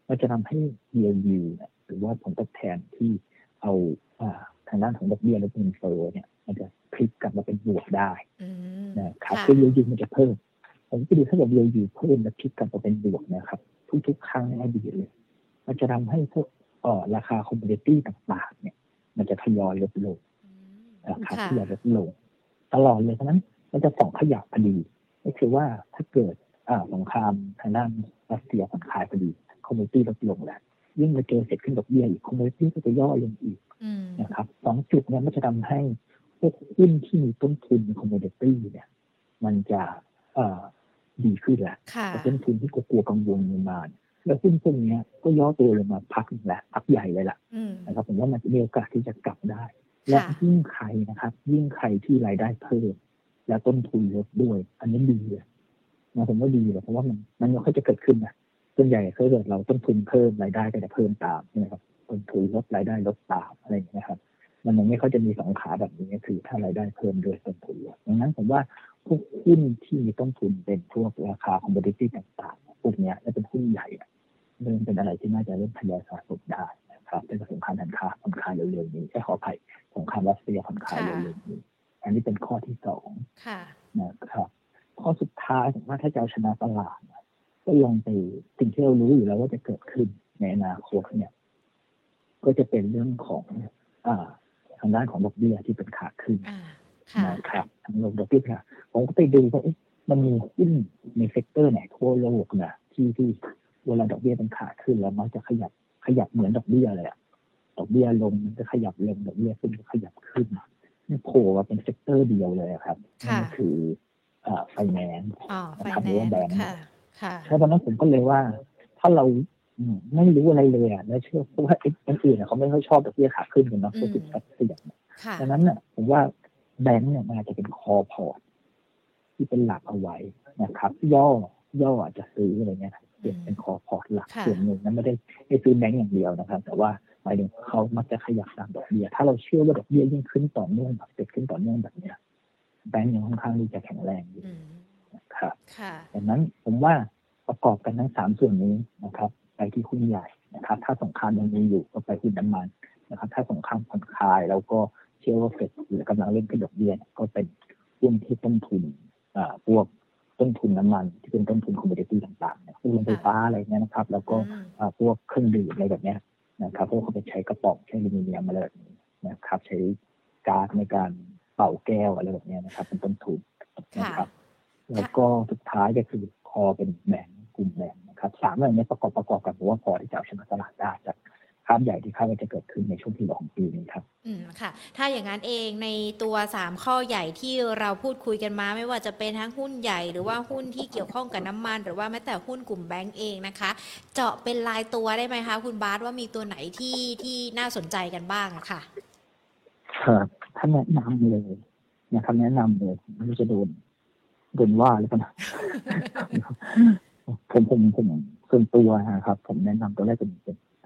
มันจะทำให้ yield เนี่ยหรือว่าผลตอบแทนที่เอาทางด้านของดอกเบี้ยและเงินเฟ้อเนี่ยมันจะพลิกกลับมาเป็นบวกได้นะครับคือ yield มันจะเพิ่มผมก็ดูถ้าเกิด yield เพิ่มและพลิกกลับมาเป็นบวกนะครับทุกๆครั้งในอดีตเลยมันจะทำให้พวกราคาคอมมูนิตี้ต่างๆเนี่ยมันจะทยอยลดลงนะครับทยอยลดลงตลอดเลยเพราะนั้นมันจะส่องขยับพอดีก็คือว่าถ้าเกิดสงครามทางด้านรัสเซียผ่อนคลายพอดีคอมมูนิตี้ลดลงแล้วยิ่งมาเจอเสร็จขึ้นดอกเบี้ยอีกคอมมูนิตี้ก็จะย่อลงอีกนะครับ2จุดนี้มันจะทำให้พวกหุ้นที่มีต้นทุนคอมมูนิตี้เนี่ยมันจะดีขึ้นแหละแต่ต้นทุนที่กลัวกังวลมาแล้วหุ้นพวกนี้ก็ย่อตัวลงมาพักนึงแล้วพักใหญ่เลยล่ะนะครับผมว่ามันมีโอกาสที่จะกลับได้และยิ่งใครนะครับยิ่งใครที่รายได้เพิ่มและต้นทุนลดด้วยอันนี้ดีเลยนะผมว่าดีเลยเพราะว่ามันไม่ค่อยจะเกิดขึ้นนะส่วนใหญ่ถ้าเกิดเราต้นทุนเพิ่มรายได้ก็จะเพิ่มตามใช่ไหมครับต้นทุนลดรายได้ลดตามอะไรอย่างเงี้ยครับมันยังไม่ค่อยจะมีสองขาแบบนี้คือถ้ารายได้เพิ่มด้วยต้นทุนลดดังนั้นผมว่าพวกหุ้นที่มีต้นทุนเป็นพวกราคาคอมโมดิตี้ต่างๆพวกนี้และเป็นหุ้นใหญ่เริ่มเป็นอะไรที่น่าจะเริ่มทยอยสะสมได้นะครับเป็นสงครามการค้าผ่อนคลายเร็วๆนี้ขออภัยสงครามรัสเซียผ่อนคลายเร็วๆนี้อันนี้เป็นข้อที่2นะครับข้อสุดท้ายผมว่าถ้าจะเอาชนะตลาดก็ลองไปสิ่งที่เรารู้อยู่แล้วว่าจะเกิดขึ้นในอนาคตเนี่ยก็จะเป็นเรื่องของทางด้านของดอกเบี้ยที่เป็นขาขึ้นนะครับทางดอกเบี้ยค่ะผมก็ไปดูว่ามันมีหุ้นในเซกเตอร์ไหนทั่วโลกนะที่เวลาดอกเบี้ยเป็นขาขึ้นแล้วมันจะขยับเหมือนดอกเบี้ยเลยอะดอกเบี้ยลงมันจะขยับลงดอกเบี้ยขึ้นก็ขยับขึ้นนี่โผล่มาเป็นเซกเตอร์เดียวเลยครับนั่นคือไฟแนนซ์นะครับหรือว่าแบงก์ใช่ตอนนั้นผมก็เลยว่าถ้าเราไม่รู้อะไรเลยอ่ะแล้วเชื่อเพราะว่าคนอื่นเขาไม่ค่อยชอบดอกเบี้ยขาขึ้นกันเนาะก็ติดเสี่ยงดังนั้นน่ะผมว่าแบงก์เนี่ยมันอาจจะเป็นคอพอร์ตที่เป็นหลักเอาไว้นะครับย่ออาจจะซื้ออะไรเงี้ยเป็นคอพอร์ตหลักส่วนหนึ่งนั้นไม่ได้ซื้อแบงก์อย่างเดียวนะครับแต่ว่าหมายถึงเขามักจะขยับตามดอกเบี้ยถ้าเราเชื่อว่าดอกเบี้ยยิ่งขึ้นต่อเนื่องแบบขึ้นต่อเนื่องแบบนี้แบงก์ยังค่อนข้างที่จะแข็งแรงอยู่นะครับดังนั้นผมว่าประกอบกันทั้ง3ส่วนนี้นะครับไปที่หุ้นใหญ่นะครับถ้าสงครามยังมีอยู่ก็ไปหุ้นน้ำมันนะครับถ้าสงครามผ่อนคลายแล้วก็เชื่อว่าเฟดกำลังเล่นขึ้นดอกเบี้ยก็เป็นหุ้นที่ต้นทุนพวกต้นทุนน้ำมันที่เป็นต้นทุนคอมมูนิตี้ต่างๆเนี่ยพวกโรงไฟฟ้าอะไรเงี้ยนะครับแล้วก็พวกเครื่องดื่มอะไรแบบนี้นะครับพวกเขาไปใช้กระป๋องใช้อลูมิเนียมอะไรแบบนี้นะครับใช้ก๊าซในการเป่าแก้วอะไรแบบนี้นะครับเป็นต้นทุนนะครับแล้วก็สุดท้ายก็คือคอเป็นแบงก์กลุ่มแบงก์นะครับ3อย่างนี้ประกอบกันผมว่าพอที่จะเอาชนะตลาดได้จากภาพใหญ่ที่คาดว่าจะเกิดขึ้นในช่วงที่2ปีนี้ครับค่ะถ้าอย่างนั้นเองในตัว3ข้อใหญ่ที่เราพูดคุยกันมาไม่ว่าจะเป็นทั้งหุ้นใหญ่หรือว่าหุ้นที่เกี่ยวข้องกับน้ำมันหรือว่าแม้แต่หุ้นกลุ่มแบงก์เองนะคะเจาะเป็นรายตัวได้ไหมคะคุณบาสว่ามีตัวไหนที่น่าสนใจกันบ้างค่ะครับถ้าแนะนำเลยนะครับแนะนำเลยไม่รู้จะโดนว่าหรือเปล่าผมส่วนตัวนะครับผมแนะนำตัวแรกเป็น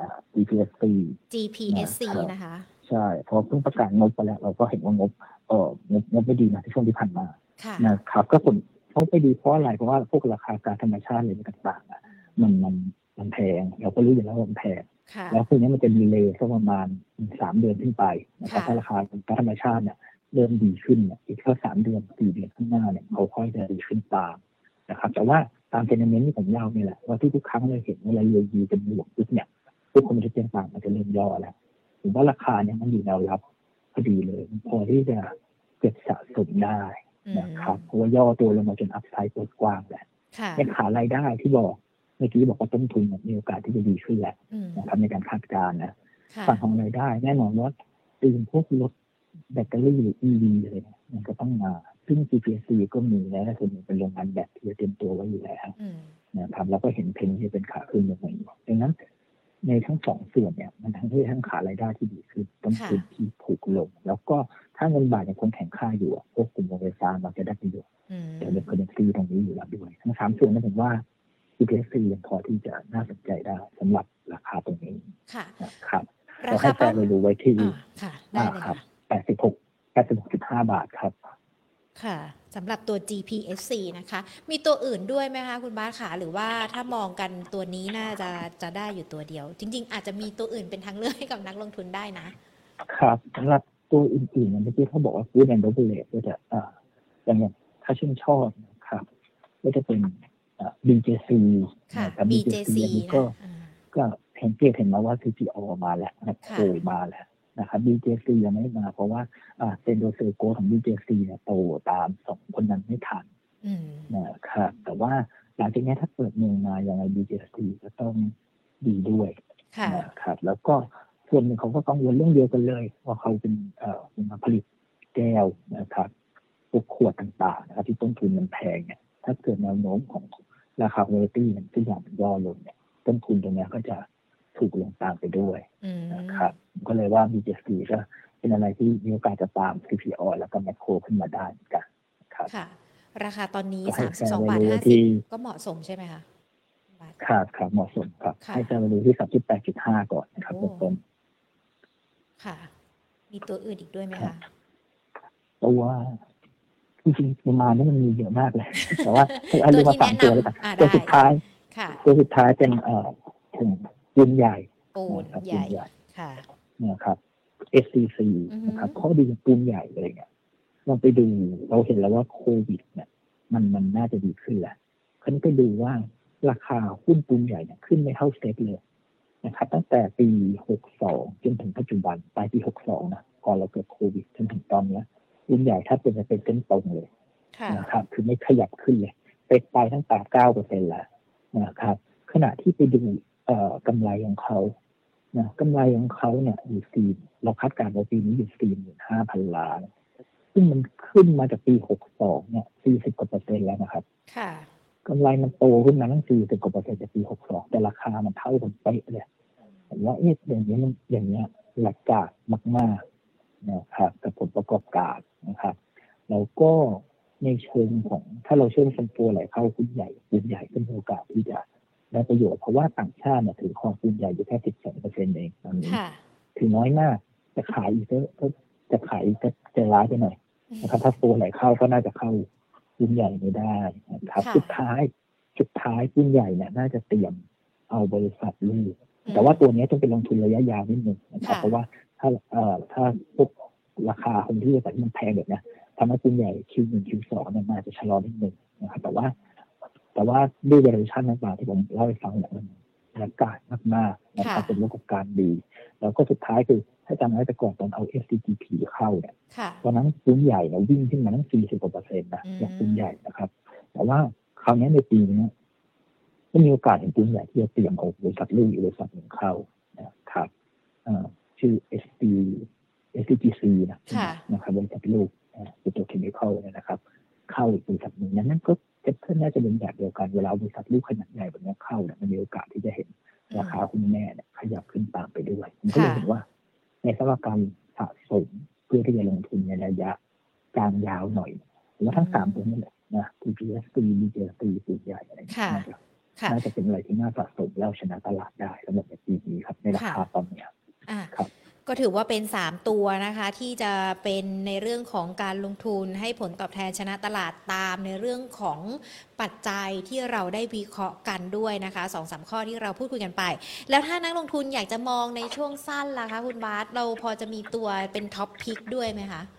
GPSC นะคะใช่พอเพิ่งประกาศงบไปแล้วเราก็เห็นว่างบไม่ดีนะที่ช่วงที่ผ่านมานะครับก็ผลเขาไปดีเพราะอะไรเพราะว่าพวกราคาก๊าซธรรมชาติอะไรต่างๆมันแพงเราก็รู้อยู่แล้วว่ามันแพงแล้วพวกนี้มันจะดีเลย์ประมาณ3 เดือนขึ้นไปนะครับถ้าราคาก๊าซธรรมชาติเนี่ยเริ่มดีขึ้นเนี่ยอีกแค่3 เดือน4 เดือนข้างหน้าเนี่ยเขาค่อยจะดีขึ้นตามนะครับแต่ว่าตามเซนติเมนต์ที่ผมเล่านี่แหละว่าทุกครั้งเราเห็นเวลาเรียดีเป็นบวกปุ๊บเนี่ยทุกคนจะต่างมันจะเริ่มย่อแล้วผมว่าราคาเนี่ยมันอยู่แนวรับพอดีเลยพอที่จะเก็บสะสมได้นะครับเพราะว่าย่อตัวลงมาจนอัพไซด์เปิดกว้างแล้วเป็นขารายได้ที่บอกเมื่อกี้บอกว่าต้นทุนมีโอกาสที่จะดีขึ้นแล้วนะครับในการคาดการณ์นะฝั่งของรายได้แน่นอนว่าตีมพวกรถแบตเตอรี่หรือ EV เลยมันก็ต้องมาซึ่ง GPSC ก็มีแล้วส่วนหนึ่งเป็นโรงงานแบตที่จะเตรียมตัวไว้อยู่แล้วนะครับแล้วก็เห็นเทรนด์ที่เป็นขาขึ้นอย่างนี้ดังนั้นในทั้ง2ส่วนเนี่ยมันทั้งขารายได้ที่ดีขึ้นต้นทุนที่ถูกลงแล้วก็ถ้าเงินบาทยังคงแข็งค่าอยู่พวกกลุ่มโรงไฟฟ้ามันจะได้ประโยชน์จะเป็น currency ตรงนี้อยู่แล้วด้วยทั้ง3ส่วนนั้นผมว่า GPSC ยังพอที่จะน่าสนใจได้สำหรับราคาตรงนี้นะครับเราให้แฟนรู้ไว้ที่ครับ86.5 บาทครับค่ะสำหรับตัว GPSC นะคะมีตัวอื่นด้วยไหมคะคุณบาสขาหรือว่าถ้ามองกันตัวนี้น่าจะได้อยู่ตัวเดียวจริงๆอาจจะมีตัวอื่นเป็นทางเลือกให้กับนักลงทุนได้นะครับสำหรับตัวอื่นๆเมื่อกี้เขาบอกว่า Food and Beverage ก็จะอย่างถ้าชื่นชอบนะครับก็จะเป็นBJC ค่ะนะครับ BJC อันนี้นะก็เห็นมาว่า CPO มาแล้วนะโคมาแล้วนะครับ BJC ยังไม่มาเพราะว่าเซนโดเซโกของ BJC เนี่ยโตตาม2คนนั้นไม่ทันนะครับแต่ว่าหลังจากนี้ถ้าเปิดเมืองมาอย่างไร BJC ก็ต้องดีด้วยนะครับแล้วก็ส่วนหนึ่งเขาก็กังวลเรื่องเดียวกันเลยว่าเขาเป็นผลิตแก้วนะครับพวกขวดต่างๆนะครับที่ต้นทุนมันแพงเนี่ยถ้าเกิดแนวโน้มของราคา quality มันทุกอย่างมันย่อลงเนี่ยต้นทุนตรงนี้ก็จะถูกลงตามไปด้วยนะครับก็เลยว่า BJC ก็เป็นอะไรที่มีโอกาสจะตาม CPO แล้วก็แมคโครขึ้นมาได้เหมือนกันครับค่ะราคาตอนนี้32.50 ก็เหมาะสมใช่ไหมคะครับเหมาะสมครับให้แซลล์ที่ 38.5 ก่อนนะครับต้นค่ะมีตัวอื่นอีกด้วยไหมคะตัวจริงๆประมาณนี้มันมีเยอะมากเลยแต่ว่าเอาเรียกว่า3ตัวแล้วกันตัวสุดท้ายเป็นถึงปูนใหญ่ค่ะนะครับ SCC นะครับข้อดีของปูนใหญ่อะไรเงี้ยลองไปดูเราเห็นแล้วว่าโควิดเนี่ยมันน่าจะดีขึ้นแล้วคราวนี้ไปดูว่าราคาหุ้นปูนใหญ่เนี่ยขึ้นไม่เท่าเซ็ตเลยนะครับตั้งแต่ปี62จนถึงปัจจุบันปลายปี62นะก่อนเราเกิดโควิดจนถึงตอนนี้ปูนใหญ่ถ้าเป็นเส้นตรงเลยนะครับคือไม่ขยับขึ้นเลยไปตั้งแต่ 9% แล้วนะครับขณะที่ไปดูกำไรของเขานะกำไรของเขาเนี่ยอยู่เราคาดการณ์ว่าปีนี้อยู่ 45,000 ล้านซึ่งมันขึ้นมาจากปี62เนี่ย40% แล้วนะครับค่ะกำไรมันโตขึ้นมาตั้ง40% จากปี62แต่ราคามันเท่ากันเป๊ะเลยผมว่าอย่างนี้หลักการมากๆนะครับกับผลประกอบการนะครับแล้วก็ในเชิงของถ้าเราเชื่อมตัวไหลเข้าหุ้นใหญ่ก็มีโอกาสที่จะได้ประโยชน์เพราะว่าต่างชาติเนี่ยถือครองหุ้นใหญ่อยู่แค่ 12% เองตอนนี้ถือน้อยมากจะขายอีกก็จะขายอีกก็ใจร้ายไปหน่อยนะครับถ้าตัวไหลเข้าก็น่าจะเข้าหุ้นใหญ่ไม่ได้นะครับสุดท้ายหุ้นใหญ่เนี่ยน่าจะเตรียมเอาบริษัทลูกแต่ว่าตัวนี้ต้องเป็นลงทุนระยะยาวนิดนึงนะครับเพราะว่าถ้าพวกราคาของที่บริษัทมันแพงแบบนี้ทำให้หุ้นใหญ่ Q1 Q2 เนี่ยมันจะชะลอนิดนึงนะครับแต่ว่าด้วย valuation ต่างๆที่ผมเล่าให้ฟังเนี่ยมันราคามากๆนะครับเป็นประสบการณ์ดีแล้วก็สุดท้ายคือถ้าจำได้แต่ก่อนตอนเอา FCGP เข้าเนี่ยตอนนั้นหุ้นใหญ่เนี่ยวิ่งขึ้นมาตั้ง 40% นะอย่างหุ้นใหญ่นะครับแต่ว่าคราวนี้ในปีนี้ก็มีโอกาสเห็นหุ้นใหญ่ที่จะเตรียมเอาบริษัทลูกอีกบริษัทหนึ่งเข้านะครับชื่อ SCGC นะครับบริษัทลูกเป็นตัวเคมีคอลเนี่ยนะครับเข้าอีกบริษัทหนึ่งนั้นก็น่าจะเป็นแบบเดียวกันเวลาบริษัทลูกขนาดใหญ่แบบนี้เข้าเนี่ยมันมีโอกาสที่จะเห็นราคาหุ้นแม่เนี่ยขยับขึ้นตามไปด้วยผมก็เลยเห็นว่าในสถานการณ์สะสมเพื่อที่จะลงทุนในระยะกลางยาวหน่อยแล้วทั้ง3ตัวนี้แหละนะ TPSC BJC ปูนใหญ่อะไรน่าจะเป็นอะไรที่น่าสะสมแล้วชนะตลาดได้สำหรับในปีนี้ครับในราคาตอนนี้ครับก็ถือว่าเป็น3ตัวนะคะที่จะเป็นในเรื่องของการลงทุนให้ผลตอบแทนชนะตลาดตามในเรื่องของปัจจัยที่เราได้วิเคราะห์กันด้วยนะคะ 2-3 ข้อที่เราพูดคุยกันไปแล้วถ้านักลงทุนอยากจะมองในช่วงสั้นล่ะคะคุณบาสเราพอจะมีตัวเป็นท็อปพิกด้วยไหมคะ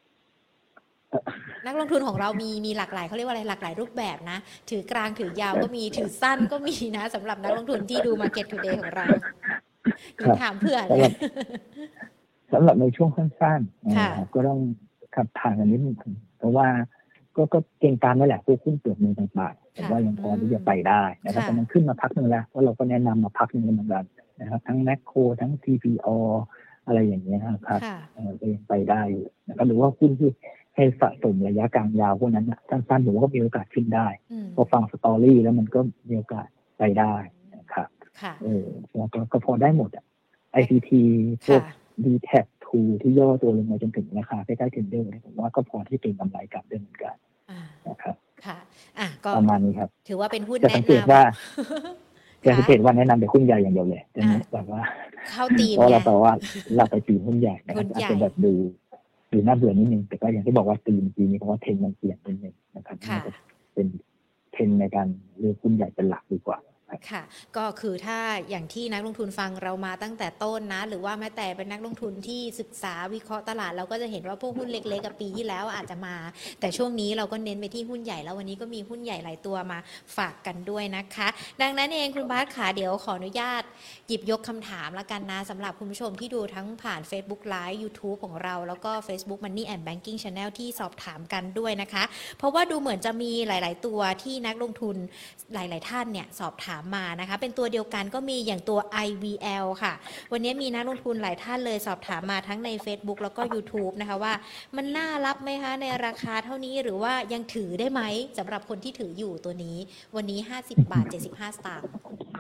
นักลงทุนของเรามีหลากหลายเขาเรียกว่าอะไรหลากหลายรูปแบบนะถือกลางถือยาวก็มีถือสั้นก็มีนะสำหรับนักลงทุนที่ดู Market Today ของเราถามเพื่ออะไรสำหรับในช่วงสั้นๆก็ต้องขับทางกันนิดนึงเพราะว่าก็เก่งการนั่นแหละพวกหุ้นเปลือกมือต่างๆแต่ว่ายังพอที่จะไปได้นะครับแต่มันขึ้นมาพักนึงแล้วเพราะเราก็แนะนำมาพักนึงเหมือนกันนะครับทั้งแมคโครทั้ง CPO อะไรอย่างเงี้ยครับก็ยังไปได้อยู่นะครับหรือว่าหุ้นที่ให้สะสมระยะกลางยาวพวกนั้นสั้นๆผมก็มีโอกาสขึ้นได้พอฟังสตอรี่แล้วมันก็มีโอกาสไปได้นะครับก็พอได้หมดICT พวก DTAC ที่ย่อตัวลงมาจนถึงราคาใกล้ๆเทรนเดอร์ผมว่าก็พอที่เป็นกำไรกลับด้วยเหมือนกันนะครับค่ะก็ประมาณนี้ครับถือว่าเป็นหุ้นแนะนำสังเกตว่าแนะนำแต่หุ้นใหญ่อย่างเดียวเลยแต่แบบว่าเข้าตีมเพราะเราแต่ว่าเราไปตีหุ้นใหญ่นะครับอาจจะแบบดูดูน่าเบื่อนิดนึงแต่ก็อย่างที่บอกว่าปีนี้เพราะว่าเทรนด์มันเปลี่ยนนิดนึงนะครับน่าจะเป็นเทรนด์ในการเลือกหุ้นใหญ่เป็นหลักดีกว่าค่ะก็คือถ้าอย่างที่นักลงทุนฟังเรามาตั้งแต่ต้นนะหรือว่าแม้แต่เป็นนักลงทุนที่ศึกษาวิเคราะห์ตลาดเราก็จะเห็นว่าพวกหุ้นเล็กๆกับปีที่แล้วอาจจะมาแต่ช่วงนี้เราก็เน้นไปที่หุ้นใหญ่แล้ววันนี้ก็มีหุ้นใหญ่หลายตัวมาฝากกันด้วยนะคะดังนั้นเองคุณบาสขาเดี๋ยวขออนุญาตหยิบยกคำถามละกันนะสำหรับคุณผู้ชมที่ดูทั้งผ่าน Facebook Live YouTube ของเราแล้วก็ Facebook Money and Banking Channel ที่สอบถามกันด้วยนะคะเพราะว่าดูเหมือนจะมีหลายๆตัวที่นักลงทุนหลายๆท่านเนี่ยสอบถามมานะคะเป็นตัวเดียวกันก็มีอย่างตัว IVL ค่ะวันนี้มีนักลงทุนหลายท่านเลยสอบถามมาทั้งใน Facebook แล้วก็ YouTube นะคะว่ามันน่ารับไหมคะในราคาเท่านี้หรือว่ายังถือได้ไหมสำหรับคนที่ถืออยู่ตัวนี้วันนี้50.75 สตางค์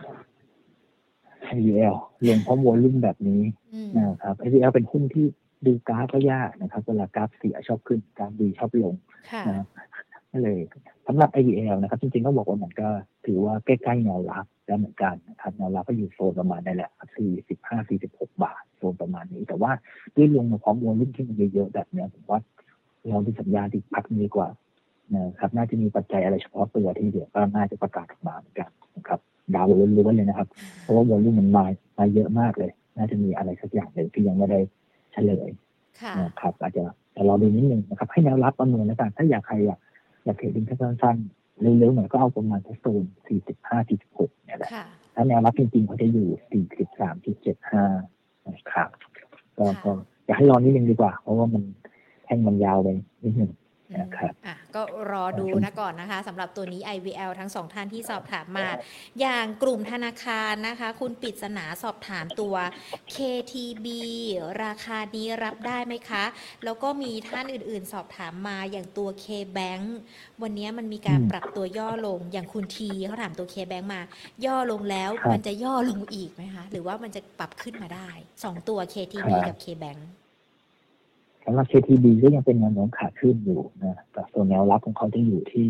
IVL ลงพร้อมวอลลุ่มแบบนี้นะครับ IVL เป็นหุ้นที่ดูกราฟก็ยากนะครับเวลากราฟเสียชอบขึ้นกราฟดีชอบลงนะนั่นเลยสำหรับ IVL นะครับจริงๆต้องบอกว่ามันก็ถือว่าใกล้ๆแนวรับแล้วเหมือนกันนะครับแนวรับก็อยู่โซนประมาณนั่นแหละ45-46 บาทโซนประมาณนี้แต่ว่าด้วยลงมาพร้อมวอลลุ่มที่มันเยอะๆแบบนี้ผมว่าเราดูสัญญาณที่พักดีกว่านะครับน่าจะมีปัจจัยอะไรเฉพาะตัวที่เดี๋ยวก็น่าจะประกาศออกมาเหมือนกันนะครับดาวล้วนๆเลยนะครับเพราะว่าวอลลุ่มมันมาเยอะมากเลยน่าจะมีอะไรสักอย่างหนึ่งที่ยังไม่ได้เฉลยนะครับอาจจะแต่รอดูนิดนึงนะครับให้แนวรับประเมินแล้วกันถ้าอยากใครอยากเทรดดิ้งสั้นๆเร็วๆหน่อยก็เอาประมาณโซน45-46เนี่ยแหละถ้าแนวรับจริงๆเขาจะอยู่43.75นะครับก็อยากให้รอนิดนึงดีกว่าเพราะว่ามันแท่งมันยาวไปนิดนึงนะครับก็รอดูนะก่อนนะคะสำหรับตัวนี้ IVL ทั้ง2ท่านที่สอบถามมาอย่างกลุ่มธนาคารนะคะคุณปริศนาสอบถามตัว KTB ราคานี้รับได้ไหมคะแล้วก็มีท่านอื่นๆสอบถามมาอย่างตัว KBank วันนี้มันมีการปรับตัวย่อลงอย่างคุณทีเขาถามตัว KBank มาย่อลงแล้วมันจะย่อลงอีกไหมคะหรือว่ามันจะปรับขึ้นมาได้2ตัว KTB กับ KBank สำหรับ KTB ก็ยังเป็นแนวโน้มขาขึ้นอยู่นะแต่ส่วนแนวรับของเขาจะอยู่ที่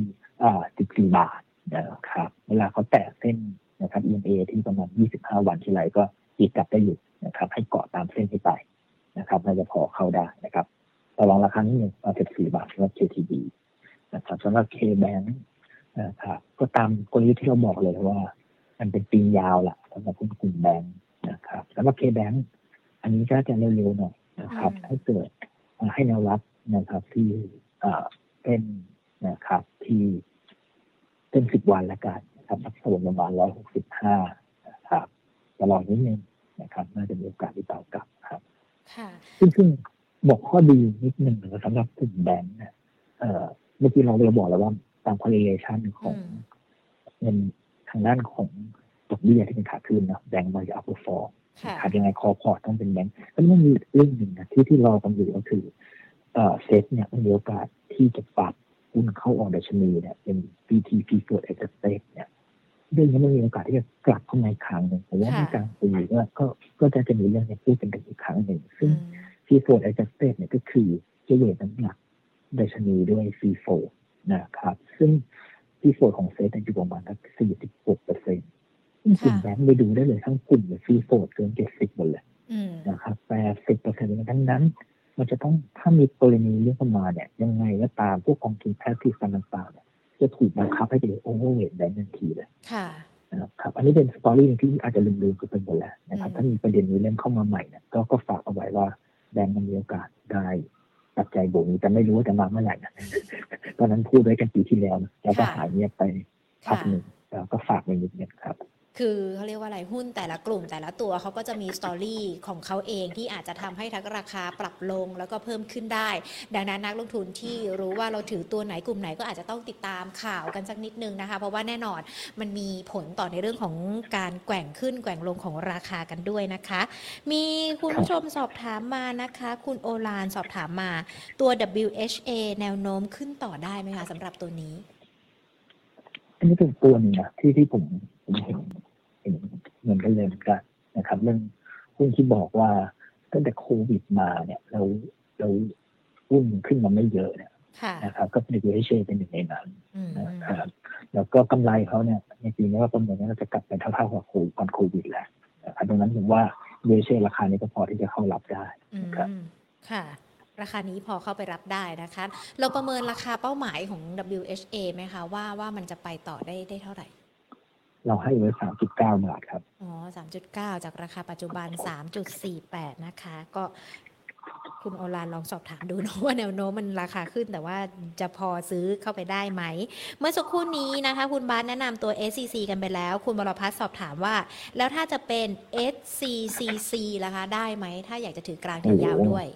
14 บาทนะครับเวลาเขาแตะเส้นนะครับ EMA ที่ประมาณ25 วันทีไรก็ตีกลับได้อยู่นะครับให้เกาะตามเส้นที่ไปนะครับน่าจะพอเข้าได้นะครับต่อรองราคานี้14 บาทสำหรับ KTB นะครับสำหรับ KBank นะครับก็ตามกลยุทธ์ที่เราบอกเลยว่ามันเป็นปียาวละสำหรับหุ้นกลุ่มแบงค์นะครับสำหรับ KBank อันนี้ก็จะเร็วๆหน่อยนะครับให้เกิดให้แนวรับนะครับที่เป็นนะครับที่เป็น10 วันละกันนะครับสักส่วนประมาณ165นะครับตลอดนิดนึงนะครับน่าจะมีโอกาสที่เต่ากลับครับซึ่งบอกข้อดีนิดนึงสำหรับกลุ่มแบงค์นะเมื่อกี้เราบอกแล้วว่าตาม correlation ของเงินทางด้านของดอกเบี้ยที่เป็นขาขึ้นนะแบงค์มันจะ outperformขาดยังไงคอพอร์ตต้องเป็นแบงค์ก็ต้องมีเรื่องหนึ่งนะที่รอกันอยู่ก็คือเซตเนี่ยมีโอกาสที่จะปรับหุ้นเข้าออกดัชนีเนี่ยเป็น PT Preferred Adjusted เนี่ยเรื่องนี้มันมีโอกาสที่จะกลับเข้ามาอีกครั้งหนึ่งผมว่าในกลางปีก็จะมีเรื่องนี้พูดกันอีกครั้งหนึ่งซึ่ง Preferred Adjusted เนี่ยก็คือจะเวทน้ำหนักดัชนีด้วย FIFO นะครับซึ่ง FIFO ของเซตอยู่ประมาณ46%กลุ่มแบงค์ไปดูได้เลยทั้งกลุ่มเลยฟรีโฟลดเกิน70หมดเลยนะครับ80%ทั้งนั้นมันจะต้องถ้ามีกรณีเรื่องประมาณเนี่ยยังไงก็ตามพวกกองทุนแพสซีฟฟันด์ต่างๆเนี่ยจะถูกบังคับให้ไปโอเวอร์เวทแบงค์ทันทีเลยนะครับอันนี้เป็นสตอรี่ที่อาจจะลืมๆกันไปหมดแล้วนะครับถ้ามีประเด็นนี้เริ่มเข้ามาใหม่เนี่ยก็ฝากเอาไว้ว่าแบงค์มันมีโอกาสได้ปัจจัยบวกนี้แต่ไม่รู้ว่าจะมาเมื่อไหร่นะตอนนั้นพูดไว้กันปีที่แล้วนะแล้วก็หายเงียบไปพักหนึ่งแล้วก็ฝากไว้นิดนึงครับคือเขาเรียกว่าอะไรหุ้นแต่ละกลุ่มแต่ละตัวเขาก็จะมีสตอรี่ของเขาเองที่อาจจะทำให้ทั้งราคาปรับลงแล้วก็เพิ่มขึ้นได้ดังนั้นนักลงทุนที่รู้ว่าเราถือตัวไหนกลุ่มไหนก็อาจจะต้องติดตามข่าวกันสักนิดนึงนะคะเพราะว่าแน่นอนมันมีผลต่อในเรื่องของการแกว่งขึ้นแกว่งลงของราคากันด้วยนะคะมีคุณผู้ชมสอบถามมานะคะคุณโอลานสอบถามมาตัว WHA แนวโน้มขึ้นต่อได้ไหมคะสำหรับตัวนี้อันนี้เป็นตัวนึงนะที่ผมเห็นเหมือนกันเลยเหมือนกันนะครับเรื่องหุ้นที่บอกว่าตั้งแต่โควิดมาเนี่ยเราหุ้นขึ้นมาไม่เยอะเนี่ยนะครับก็เป็นWHAเป็นหนึ่งในนั้นนะครับแล้วก็กำไรเขาเนี่ยในปีนี้ว่าประเมินว่าจะกลับไปเท่าๆกับก่อนโควิดแล้วนะครับดังนั้นผมว่าWHAราคานี้ก็พอที่จะเข้ารับได้นะครับค่ะราคานี้พอเข้าไปรับได้นะคะ เราประเมินราคาเป้าหมายของ WHA ไหมคะว่ามันจะไปต่อได้เท่าไหร่เราให้ไว้3.9 บาทครับอ๋อ3.9 จากราคาปัจจุบัน 3.48 นะคะก็คุณโอฬารลองสอบถามดูนะว่าแนวโน้มมันราคาขึ้นแต่ว่าจะพอซื้อเข้าไปได้ไหมเมื่อสักครู่นี้นะคะคุณบาสแนะนำตัว SCC กันไปแล้วคุณบรพัฒน์สอบถามว่าแล้วถ้าจะเป็น SCCC ล่ะคะได้ไหมถ้าอยากจะถือกลางถือยาวด้วย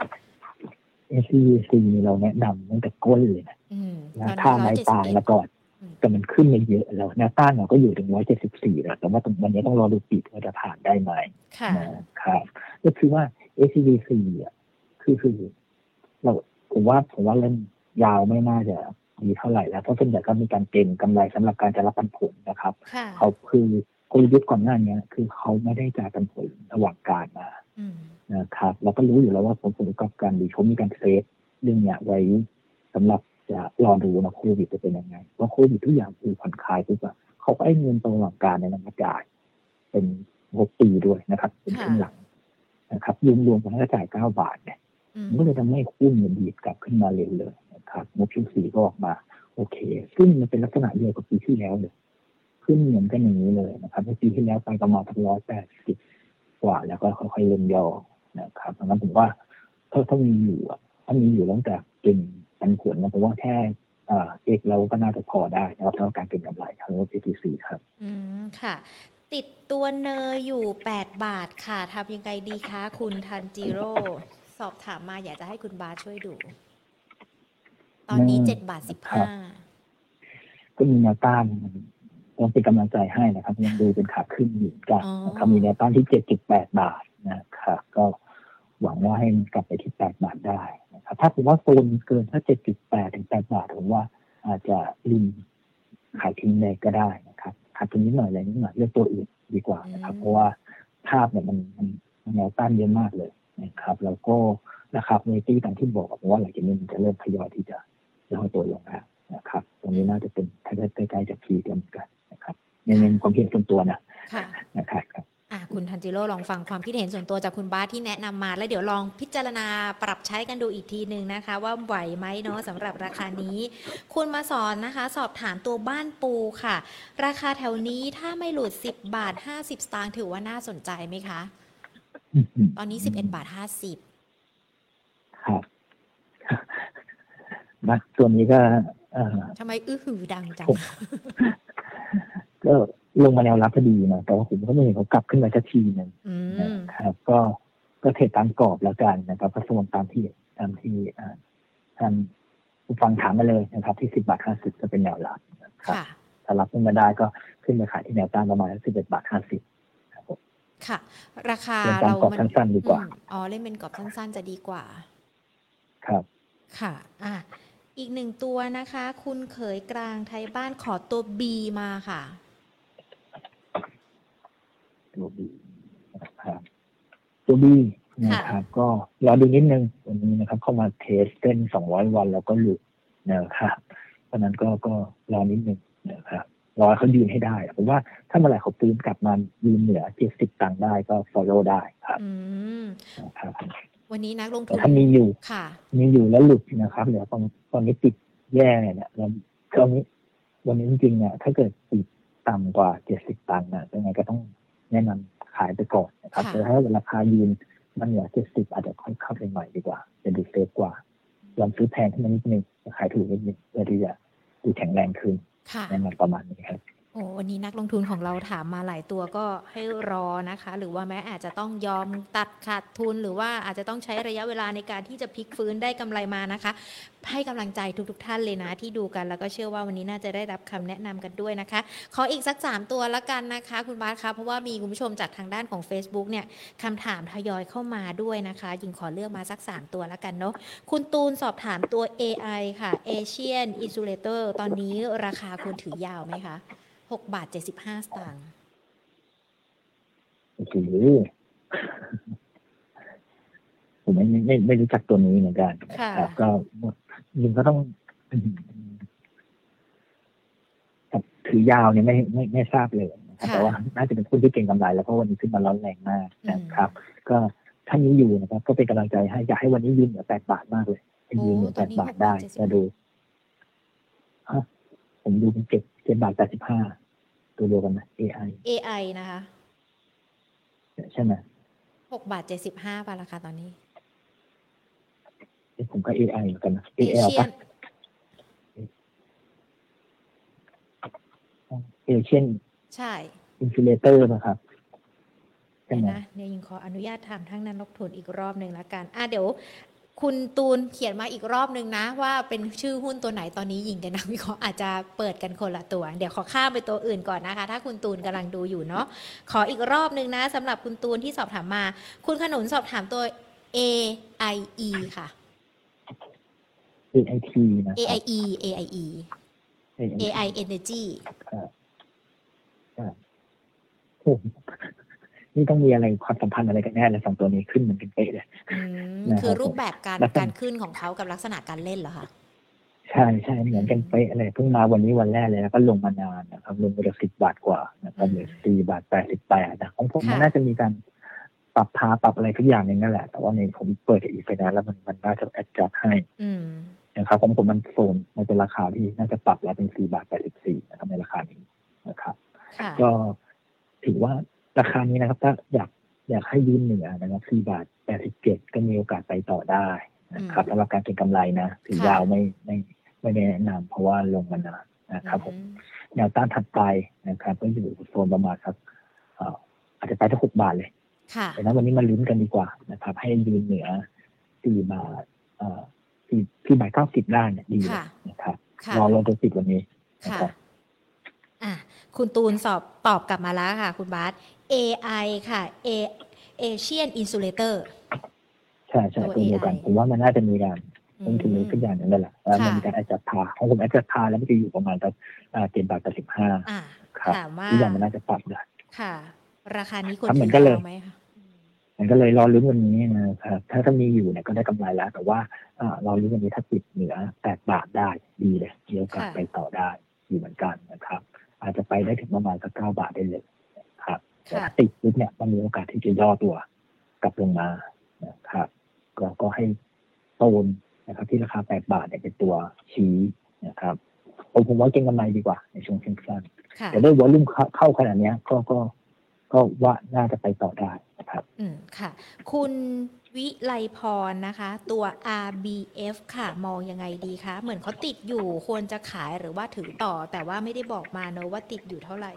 SCC เราแนะนำตั้งแต่ก้นเลยนะค่าไม้ตายแล้วก่อนแต่มันขึ้นมาเยอะแล้วแนวต้านเราก็อยู่ถึง174แล้วแต่ว่าวันนี้ต้องรอดูปิดว่าจะผ่านได้ไหมนะครับก็คือว่า SCC อ่ะคือเราผมว่าเล่นยาวไม่น่าจะดีเท่าไหร่แล้วเพราะส่วนใหญ่ก็มีการเก็งกำไรสำหรับการจะรับปันผลนะครับเขาคือกลยุทธ์ก่อนหน้านี้คือเขาไม่ได้จ่ายปันผลระหว่างการมานะครับเราก็รู้อยู่แล้วว่าผลประกอบการดีเขามีการเซฟเรื่องนี้ไว้สำหรับจะรอดูนะโควิดจะเป็นยังไงว่าโควิดทุกอย่างคือผ่อนคลายปุ๊บอะเขาก็ให้เงินระหว่างการในนั้นมาจ่ายเป็น6 ปีด้วยนะครับเป็นครึ่งหลังนะครับรวมๆกันก็จ่าย9 บาทเนี่ยมันก็เลยทำให้หุ้นดีดกลับขึ้นมาเร็วเลยนะครับงบ Q4 ก็ออกมาโอเคซึ่งมันเป็นลักษณะเดียวกับปีที่แล้วเลยขึ้นเหมือนกันอย่างนี้เลยนะครับในปีที่แล้วไปประมาณ180 กว่าแล้วก็ค่อยๆเริ่มย่อนะครับดังนั้นผมว่าถ้ามีอยู่ตั้งแต่เก่งปันผลนะผมว่าแค่เอกเราก็น่าจะพอได้นะครับสำหรับการเก็งกำไรทาง PTC ครับค่ะติดตัวเนยอยู่8 บาทค่ะทำยังไงดีคะคุณทันจิโร่สอบถามมาอยากจะให้คุณบาสช่วยดูตอนนี้7.15 บาทก็มีแนวต้านต้องเป็นกำลังใจให้นะครับยังดูเป็นขาขึ้นอยู่กันนะครับมีแนวต้านที่ 7.8 บาทนะครับก็หวังว่าให้มันกลับไปที่8 บาทได้นะครับถ้าผมว่าโซนเกินถ้า 7.8 ถึง 8 บาทผมว่าอาจจะริมขายทิ้งเลยก็ได้นะครับขาดตรงนี้หน่อยอะไรนิดหน่อยเลือกตัวอื่นดีกว่านะครับเพราะว่าภาพเนี่ยมันแนวต้านเยอะมากเลยนะครับแล้วก็ราคาเนตี้ตามที่บอกว่าหลังจากนี้มันจะเริ่มทยอยที่จะย่อตัวลงแล้วนะครับตรงนี้น่าจะเป็นใกล้ๆจะพีกันนะครับในความคิดส่วนตัวนะครับคุณทันจิโร่ลองฟังความคิดเห็นส่วนตัวจากคุณบาสที่แนะนำมาแล้วเดี๋ยวลองพิจารณาปรับใช้กันดูอีกทีนึงนะคะว่าไหวไหมเนาะสำหรับราคานี้คุณมาสอนนะคะสอบถามตัวบ้านปูค่ะราคาแถวนี้ถ้าไม่หลุด10.50 บาทถือว่าน่าสนใจไหมคะตอนนี้11.50 บาทครับมาตัวนี้ก็ทำไมหือดังจังก็ลงมาแนวรับพอดีนะแต่ว่าผมก็ไม่เห็นเขากลับขึ้นมาสักทีนึงนะครับก็เทรดตามกรอบแล้วกันนะครับผสมตามที่ท่านผู้ฟังถามมาเลยนะครับที่10.50 บาทจะเป็นแนวรับนะครับถ้ารับขึ้นมาได้ก็ขึ้นไปขายที่แนวต้านประมาณ11.50 บาทครับค่ะราคาเรากรอบสั้นๆดีกว่าเล่นเป็นกรอบสั้นๆจะดีกว่าครับค่ะอีกหนึ่งตัวนะคะคุณเขยกลางไทยบ้านขอตัว B มาค่ะตัว B นะครับตัว B นะครับก็รอดูนิดนึงวันนี้นะครับเข้ามาเทสเส้น200 วันแล้วก็หลุดนะครับเพราะนั้นก็รอนิดนึงนะครับรอเขายืนให้ได้ผมว่าถ้าเมื่อไหร่เขาฟื้นกลับมายืนเหนือ70 ตังค์ได้ก็ follow ได้ครับนะครับวันนี้นักลงทุนถ้ามีอยู่แล้วหลุดนะครับเดี๋ยวตอนนี้ติดแย่เนี่ยแล้วตอนนี้วันนี้จริงๆเนี่ยถ้าเกิดติดต่ำกว่า70 ตังค์นะยังไงก็ต้องแนะนำขายไปก่อนนะครับแต่ถ้าราคายืนมันเหนือ70อาจจะค่อยเข้าไปใหม่ดีกว่าจะดูเซฟกว่ายอมซื้อแพงขึ้นมานิดนึงขายถูกนิดนึงเพื่อที่จะดูแข็งแรงขึ้นแนะนำประมาณนี้ครับวันนี้นักลงทุนของเราถามมาหลายตัวก็ให้รอนะคะหรือว่าแม้อาจจะต้องยอมตัดขาดทุนหรือว่าอาจจะต้องใช้ระยะเวลาในการที่จะพลิกฟื้นได้กำไรมานะคะให้กำลังใจทุกท่านเลยนะที่ดูกันแล้วก็เชื่อว่าวันนี้น่าจะได้รับคำแนะนำกันด้วยนะคะขออีกสัก3 ตัวละกันนะคะคุณบาสคะเพราะว่ามีคุณผู้ชมจากทางด้านของ Facebook เนี่ยคำถามทยอยเข้ามาด้วยนะคะยิงขอเลือกมาสัก3 ตัวละกันเนาะคุณตูนสอบถามตัว AI ค่ะ Asian Insulator ตอนนี้ราคาควรถือยาวไหมคะ6.75 บาทโอ้โหผมไม่รู้จักตัวนี้เหมือนกันครับก็ยิงก็ต้องถือยาวเนี่ยไม่ทราบเลยนะครับแต่ว่าน่าจะเป็นหุ้นที่เก่งกำไรแล้วเพราะวันนี้ขึ้นมาร้อนแรงมากนะครับก็ทท่านนี้อยู่นะครับก็เป็นกำลังใจให้อยากให้วันนี้ยืนเหนือ8 บาทมากเลยให้ยืนเหนือ8 บาทได้จะดูผมดูเป็น7 บาท 85ตัวเดียวกันนะ AI นะคะใช่ไหม 6 บาท 75ป่ะราคาตอนนี้ผมก็ AI เหมือนกันนะ AL ป่ะเอเชียนใช่อินฟิเลเตอร์นะครับเดี๋ยวนะเดี๋ยวยิงขออนุญาตถามทั้งนั้นลงทุนอีกรอบหนึ่งละกันเดี๋ยวคุณตูนเขียนมาอีกรอบนึงนะว่าเป็นชื่อหุ้นตัวไหนตอนนี้ยิงกันนะวิเคราะห์อาจจะเปิดกันคนละตัวเดี๋ยวขอข้ามไปตัวอื่นก่อนนะคะถ้าคุณตูนกำลังดูอยู่เนาะขออีกรอบนึงนะสำหรับคุณตูนที่สอบถามมาคุณขนุนสอบถามตัว AIE ค่ะ AIT นะ AIE AI Energy นี่ต้องมีอะไรความสัมพันธ์อะไรกันแน่เลยสองตัวนี้ขึ้นเหมือนกันเป๊ะเลยคือรูปแบบการขึ้นของเขากับลักษณะการเล่นเหรอคะใช่ใช่เหมือนกันเป๊ะเลยเพิ่งมาวันนี้วันแรกเลยแล้วก็ลงมานานนะครับลงไปจาก10 บาทกว่านะครับเหลือ4 บาท 88นะของผมมันน่าจะมีการปรับอะไรทุกอย่างนึงนั่นแหละแต่ว่าในผมเปิดอีกไฟแนนซ์แล้วมันน่าจะแอดจัดให้นะครับของผมมันโซนมันเป็นราคาที่น่าจะปรับแล้วเป็น4 บาท 84นะครับในราคานี้นะครับก็ถือว่าราคานี้นะครับถ้าอยากให้ยืนเหนือนะครับ4 บาท 87ก็มีโอกาสไปต่อได้นะครับสำหรับการเก็งกำไรนะถือยาวไม่ได้แนะนำเพราะว่าลงมานานนะครับผมแนวต้านถัดไปนะครับก็อยู่โซนประมาณสักอาจจะไปที่6 บาทเลยแต่นั้นวันนี้มาลุ้นกันดีกว่านะครับให้ยืนเหนือ4 บาท4 บาท 90ได้เนี่ยดีนะครับรอลงตัว10วันนี้นะครับคุณตูนตอบกลับมาแล้วค่ะคุณบาส AI ค่ะ Asian Insulator ใช่ตัวเดียวกันผมว่ามันน่าจะมีการต้นทุนนี้ขึ้นอย่างนึงนั่นแหละแล้วมันมีการอาจจะพาของผมอาจจะพาแล้วมันจะอยู่ประมาณสัก7 บาท 85ครับทุกอย่างมันน่าจะปรับได้ค่ะราคานี้ควรถือไหมคะมันก็เลยรอลุ้นวันนี้นะครับถ้ามีอยู่เนี่ยก็ได้กำไรแล้วแต่ว่าเราลุ้นวันนี้ถ้าติดเหนือ8 บาทได้ดีเลยมีโอกาสไปต่อได้อยู่เหมือนกันนะครับอาจจะไปได้ถึงประมาณสัก9 บาทได้เลยครับแต่ถ้าติดปุ๊บเนี่ยมันมีโอกาสที่จะย่อตัวกลับลงมานะครับก็ให้โซนนะครับที่ราคา8 บาทเนี่ยเป็นตัวชี้นะครับผมว่าเก็งกำไรดีกว่าในช่วงสั้นๆแต่ด้วยวอลุ่มเข้าขนาดนี้ก็ว่าน่าจะไปต่อได้นะครับค่ะคุณวิไลพรนะคะตัว RBF ค่ะมองยังไงดีคะเหมือนเขาติดอยู่ควรจะขายหรือว่าถือต่อแต่ว่าไม่ได้บอกมาเนอะว่าติดอยู่เท่าไหร่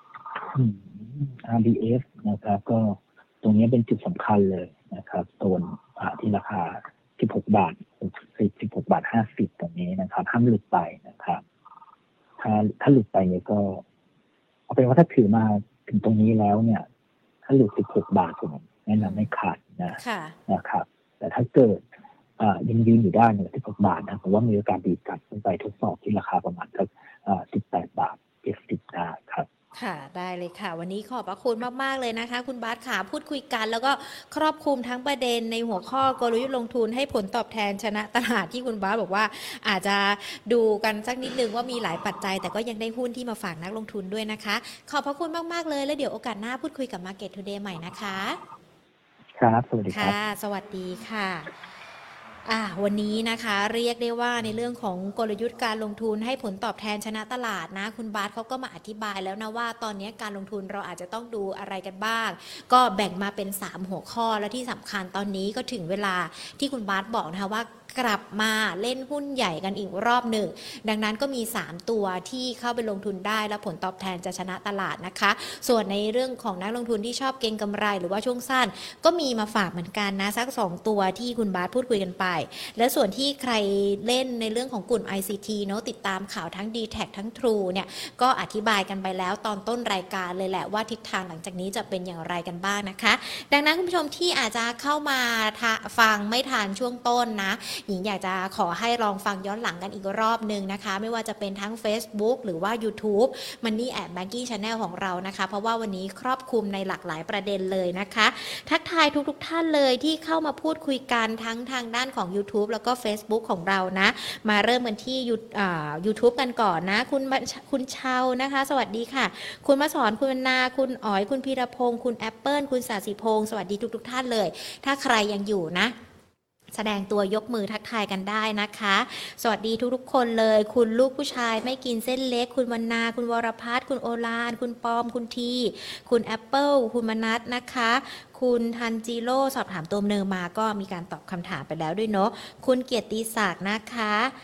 RBF นะครับก็ตรงนี้เป็นจุดสำคัญเลยนะครับโซนที่ราคา16 บาท16 บาท 50ตรงนี้นะครับห้ามหลุดไปนะครับถ้าหลุดไปเนี่ยก็เอาเป็นว่าถ้าถือมาถึงตรงนี้แล้วเนี่ยถ้าหลุด16 บาทผมแนะนำไม่ขาดนะครับแต่ถ้าเกิดยังยืนอยู่ได้เนี่ย16 บาทนะผมว่ามีโอกาสดีดกลับขึ้นไปทดสอบที่ราคาประมาณสัก18 บาท 70ได้ครับค่ะได้เลยค่ะวันนี้ขอบพระคุณมากๆเลยนะคะคุณบาสขาพูดคุยกันแล้วก็ครอบคลุมทั้งประเด็นในหัวข้อกลยุทธ์ลงทุนให้ผลตอบแทนชนะตลาดที่คุณบาสบอกว่าอาจจะดูกันสักนิดนึงว่ามีหลายปัจจัยแต่ก็ยังได้หุ้นที่มาฝากนักลงทุนด้วยนะคะขอบพระคุณมากๆเลยแล้วเดี๋ยวโอกาสหน้าพูดคุยกับ Market Today ใหม่นะคะครับสวัสดีครับสวัสดีค่ะวันนี้นะคะเรียกได้ว่าในเรื่องของกลยุทธ์การลงทุนให้ผลตอบแทนชนะตลาดนะคุณบาสเขาก็มาอธิบายแล้วนะว่าตอนนี้การลงทุนเราอาจจะต้องดูอะไรกันบ้างก็แบ่งมาเป็น3หัวข้อและที่สำคัญตอนนี้ก็ถึงเวลาที่คุณบาสบอกนะคะว่ากลับมาเล่นหุ้นใหญ่กันอีกรอบหนึ่งดังนั้นก็มี3ตัวที่เข้าไปลงทุนได้และผลตอบแทนจะชนะตลาดนะคะส่วนในเรื่องของนักลงทุนที่ชอบเก็งกำไรหรือว่าช่วงสั้นก็มีมาฝากเหมือนกันนะสัก2ตัวที่คุณบาสพูดคุยกันไปและส่วนที่ใครเล่นในเรื่องของกลุ่ม ICT เนาะติดตามข่าวทั้ง DTAC ทั้ง True เนี่ยก็อธิบายกันไปแล้วตอนต้นรายการเลยแหละว่าทิศทางหลังจากนี้จะเป็นอย่างไรกันบ้างนะคะดังนั้นคุณผู้ชมที่อาจจะเข้ามาฟังไม่ทันช่วงต้นนะหญิงอยากจะขอให้ลองฟังย้อนหลังกันอีกรอบนึงนะคะไม่ว่าจะเป็นทั้ง Facebook หรือว่า YouTube Money and Banking Channel ของเรานะคะเพราะว่าวันนี้ครอบคลุมในหลากหลายประเด็นเลยนะคะทักทายทุกท่านเลยที่เข้ามาพูดคุยกันทั้งทางด้านของ YouTube แล้วก็ Facebook ของเรานะมาเริ่มกันที่YouTube กันก่อนนะคุณเชานะคะสวัสดีค่ะคุณมาสอนคุณนาคุณอ๋อยคุณพีรพงศ์คุณแอปเปิลคุณศาสิพงศ์สวัสดีทุกท่านเลยถ้าใครยังอยู่นะแสดงตัวยกมือทักทายกันได้นะคะสวัสดีทุกคนเลยคุณลูกผู้ชายไม่กินเส้นเล็กคุณวรรณาคุณวรพัฒน์คุณโอฬารคุณปอมคุณทีคุณแอปเปิลคุณมนัสนะคะคุณทันจิโร่สอบถามตัวเนิมมาก็มีการตอบคำถามไปแล้วด้วยเนาะคุณเกียรติศักดิ์นะคะ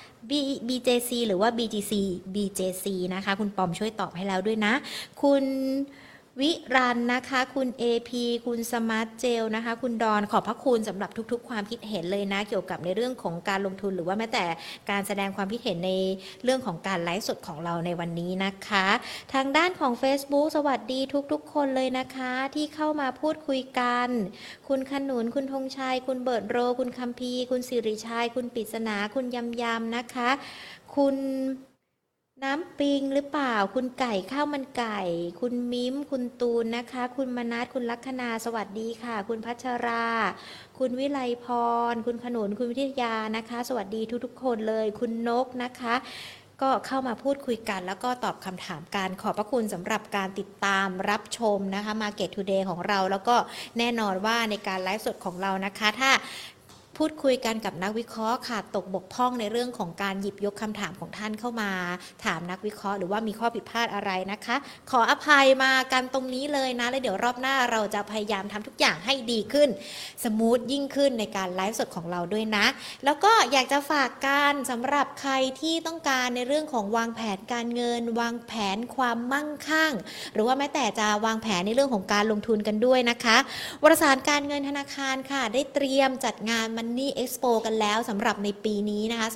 BJC หรือว่า BJC นะคะคุณปอมช่วยตอบให้แล้วด้วยนะคุณวิรันนะคะคุณ AP คุณสมาร์ทเจลนะคะคุณดอนขอบพระคุณสำหรับทุกๆความคิดเห็นเลยนะเกี่ยวกับในเรื่องของการลงทุนหรือว่าแม้แต่การแสดงความคิดเห็นในเรื่องของการไลฟ์สดของเราในวันนี้นะคะทางด้านของ Facebook สวัสดีทุกๆคนเลยนะคะที่เข้ามาพูดคุยกันคุณขนุนคุณธงชัยคุณเบิร์ดโรคุณคัมพีคุณสิริชัยคุณปริศนาคุณยำนะคะคุณน้ำปิงหรือเปล่าคุณไก่ข้าวมันไก่คุณมิ้มคุณตูนนะคะคุณมนัสคุณลัคนาสวัสดีค่ะคุณพัชราคุณวิไลพรคุณขนุนคุณวิทยานะคะสวัสดีทุกคนเลยคุณนกนะคะก็เข้ามาพูดคุยกันแล้วก็ตอบคำถามกันขอบพระคุณสำหรับการติดตามรับชมนะคะ Market Today ของเราแล้วก็แน่นอนว่าในการไลฟ์สดของเรานะคะถ้าพูดคุยกันกับนักวิเคราะห์ขาดตกบกพร่องในเรื่องของการหยิบยกคำถามของท่านเข้ามาถามนักวิเคราะห์หรือว่ามีข้อผิดพลาดอะไรนะคะขออภัยมากันตรงนี้เลยนะแล้วเดี๋ยวรอบหน้าเราจะพยายามทำทุกอย่างให้ดีขึ้นสมูทยิ่งขึ้นในการไลฟ์สดของเราด้วยนะแล้วก็อยากจะฝากกันสำหรับใครที่ต้องการในเรื่องของวางแผนการเงินวางแผนความมั่งคั่งหรือว่าแม้แต่จะวางแผนในเรื่องของการลงทุนกันด้วยนะคะวารสารการเงินธนาคารค่ะได้เตรียมจัดงานMoney Expo กันแล้วสำหรับในปีนี้นะคะ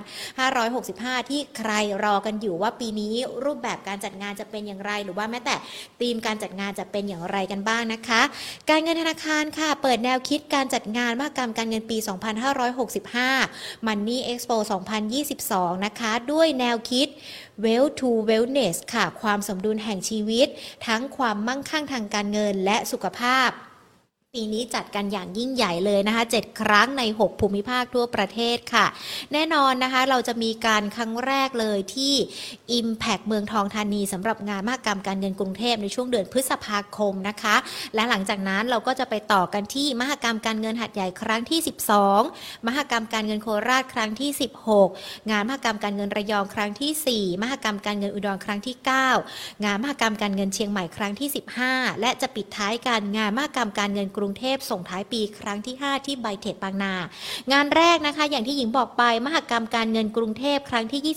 2565ที่ใครรอกันอยู่ว่าปีนี้รูปแบบการจัดงานจะเป็นอย่างไรหรือว่าแม้แต่ธีมการจัดงานจะเป็นอย่างไรกันบ้างนะคะการเงินธนาคารค่ะเปิดแนวคิดการจัดงานมหกรรมการเงินปี2565 Money Expo 2022นะคะด้วยแนวคิด Wealth to Wellness ค่ะความสมดุลแห่งชีวิตทั้งความมั่งคั่งทางการเงินและสุขภาพปีนี้จัดกันอย่างยิ่งใหญ่เลยนะคะ7ครั้งใน6ภูมิภาคทั่วประเทศค่ะแน่นอนนะคะเราจะมีการครั้งแรกเลยที่ Impact เมืองทองธานีสำหรับงานมหกรรมการเงินกรุงเทพในช่วงเดือนพฤษภาคมนะคะและหลังจากนั้นเราก็จะไปต่อกันที่มหกรรมการเงินหัดใหญ่ครั้งที่12มหกรรมการเงินโคราชครั้งที่16งานมหกรรมการเงินระยองครั้งที่4มหกรรมการเงินอุดรครั้งที่9งานมหกรรมการเงินเชียงใหม่ครั้งที่15และจะปิดท้ายกันงานมหกรรมการเงินกรุงเทพส่งท้ายปีครั้งที่5ที่ไบเทคบางนางานแรกนะคะอย่างที่หญิงบอกไปมหกรรมการเงินกรุงเทพครั้งที่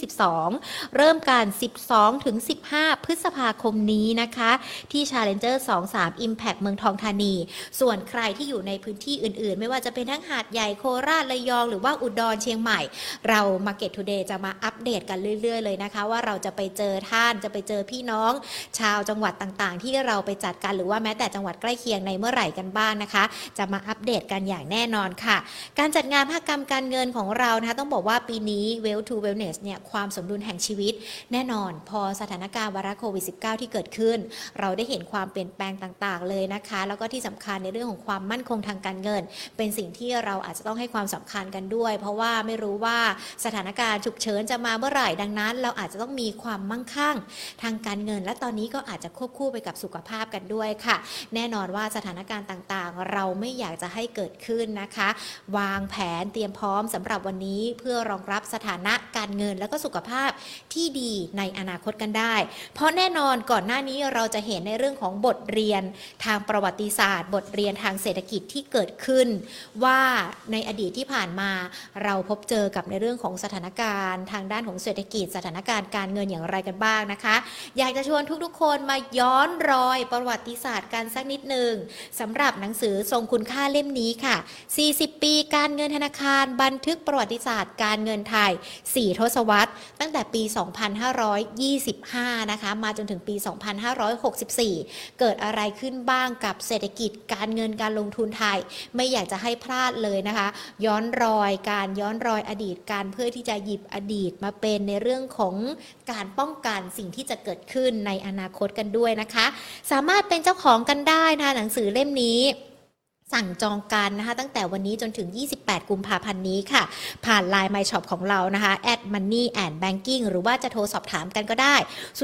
22เริ่มการ12ถึง15พฤษภาคมนี้นะคะที่ Challenger 23 Impact เมืองทองธานีส่วนใครที่อยู่ในพื้นที่อื่นๆไม่ว่าจะเป็นทั้งหาดใหญ่โคราชระยองหรือว่าอุดรเชียงใหม่เรา Market Today จะมาอัปเดตกันเรื่อยๆเลยนะคะว่าเราจะไปเจอท่านจะไปเจอพี่น้องชาวจังหวัดต่างๆที่เราไปจัดกันหรือว่าแม้แต่จังหวัดใกล้เคียงในเมื่อไหร่กันบ้างนะคะจะมาอัปเดตกันอย่างแน่นอนค่ะการจัดงานมหกรรมการเงินของเรานะคะต้องบอกว่าปีนี้ Wealth to Wellness เนี่ยความสมดุลแห่งชีวิตแน่นอนพอสถานการณ์วาระโควิด -19 ที่เกิดขึ้นเราได้เห็นความเปลี่ยนแปลงต่างๆเลยนะคะแล้วก็ที่สำคัญในเรื่องของความมั่นคงทางการเงินเป็นสิ่งที่เราอาจจะต้องให้ความสำคัญกันด้วยเพราะว่าไม่รู้ว่าสถานการณ์ฉุกเฉินจะมาเมื่อไหร่ดังนั้นเราอาจจะต้องมีความมั่งคั่งทางการเงินและตอนนี้ก็อาจจะควบคู่ไปกับสุขภาพกันด้วยค่ะแน่นอนว่าสถานการณ์ต่างๆเราไม่อยากจะให้เกิดขึ้นนะคะวางแผนเตรียมพร้อมสำหรับวันนี้เพื่อรองรับสถานะการเงินและก็สุขภาพที่ดีในอนาคตกันได้เพราะแน่นอนก่อนหน้านี้เราจะเห็นในเรื่องของบทเรียนทางประวัติศาสตร์บทเรียนทางเศรษฐกิจที่เกิดขึ้นว่าในอดีตที่ผ่านมาเราพบเจอกับในเรื่องของสถานการณ์ทางด้านของเศรษฐกิจสถานการณ์การเงินอย่างไรกันบ้างนะคะอยากจะชวนทุกๆคนมาย้อนรอยประวัติศาสตร์กันสักนิดนึงสำหรับหนังงสือทรงคุณค่าเล่มนี้ค่ะ40 ปีการเงินธนาคารบันทึกประวัติศาสตร์การเงินไทย4ทศวรรษตั้งแต่ปี2525นะคะมาจนถึงปี2564เกิดอะไรขึ้นบ้างกับเศรษฐกิจการเงินการลงทุนไทยไม่อยากจะให้พลาดเลยนะคะย้อนรอยอดีตการเพื่อที่จะหยิบอดีตมาเป็นในเรื่องของการป้องกันสิ่งที่จะเกิดขึ้นในอนาคตกันด้วยนะคะสามารถเป็นเจ้าของกันได้นะคะหนังสือเล่มนี้สั่งจองกันนะคะตั้งแต่วันนี้จนถึง28 กุมภาพันธ์นี้ค่ะผ่าน LINE My Shop ของเรานะคะ @money&banking หรือว่าจะโทรสอบถามกันก็ได้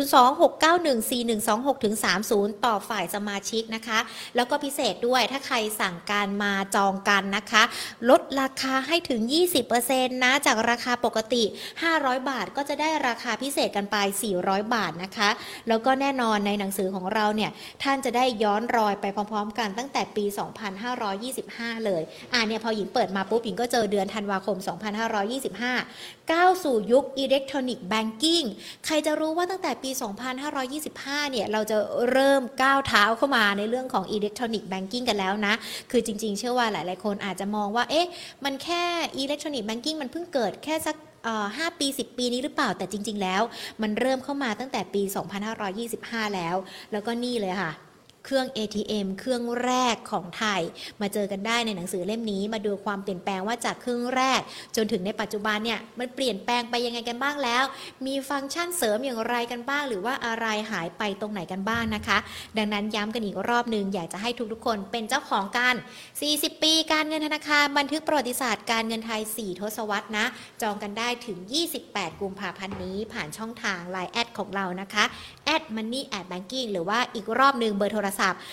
026914126-30ต่อฝ่ายสมาชิกนะคะแล้วก็พิเศษด้วยถ้าใครสั่งการมาจองกันนะคะลดราคาให้ถึง 20% นะจากราคาปกติ500 บาทก็จะได้ราคาพิเศษกันไป400 บาทนะคะแล้วก็แน่นอนในหนังสือของเราเนี่ยท่านจะได้ย้อนรอยไปพร้อมๆกันตั้งแต่ปี2525เลยเนี่ยพอหญิงเปิดมาปุ๊บหญิงก็เจอเดือนธันวาคม2525ก้าวสู่ยุคอิเล็กทรอนิกส์แบงกิ้งใครจะรู้ว่าตั้งแต่ปี2525เนี่ยเราจะเริ่มก้าวเท้าเข้ามาในเรื่องของอิเล็กทรอนิกส์แบงกิ้งกันแล้วนะคือจริงๆเชื่อว่าหลายๆคนอาจจะมองว่ามันแค่อิเล็กทรอนิกส์แบงกิ้งมันเพิ่งเกิดแค่สัก5 ปี 10 ปีนี้หรือเปล่าแต่จริงๆแล้วมันเริ่มเข้ามาตั้งแต่ปี2525แล้วก็นี่เลยค่ะเครื่อง ATM เครื่องแรกของไทยมาเจอกันได้ในหนังสือเล่มนี้มาดูความเปลี่ยนแปลงว่าจากเครื่องแรกจนถึงในปัจจุบันเนี่ยมันเปลี่ยนแปลงไปยังไงกันบ้างแล้วมีฟังก์ชันเสริมอย่างไรกันบ้างหรือว่าอะไรหายไปตรงไหนกันบ้างนะคะดังนั้นย้ำกันอีกรอบนึงอยากจะให้ทุกๆคนเป็นเจ้าของกัน40 ปีการเงินธนาคารบันทึกประวัติศาสตร์การเงินไทย4ทศวรรษนะจองกันได้ถึง28 กุมภาพันธ์นี้ผ่านช่องทาง LINE แอดของเรานะคะ@money@banking หรือว่าอีกรอบนึงเบอร์โทรศัพท์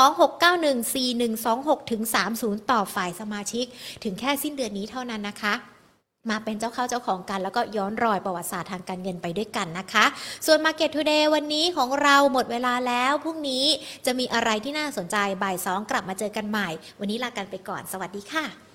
026914126-30ต่อฝ่ายสมาชิกถึงแค่สิ้นเดือนนี้เท่านั้นนะคะมาเป็นเจ้าของกันแล้วก็ย้อนรอยประวัติศาสตร์ทางการเงินไปด้วยกันนะคะส่วน Market Today วันนี้ของเราหมดเวลาแล้วพรุ่งนี้จะมีอะไรที่น่าสนใจบ่าย 2กลับมาเจอกันใหม่วันนี้ลากันไปก่อนสวัสดีค่ะ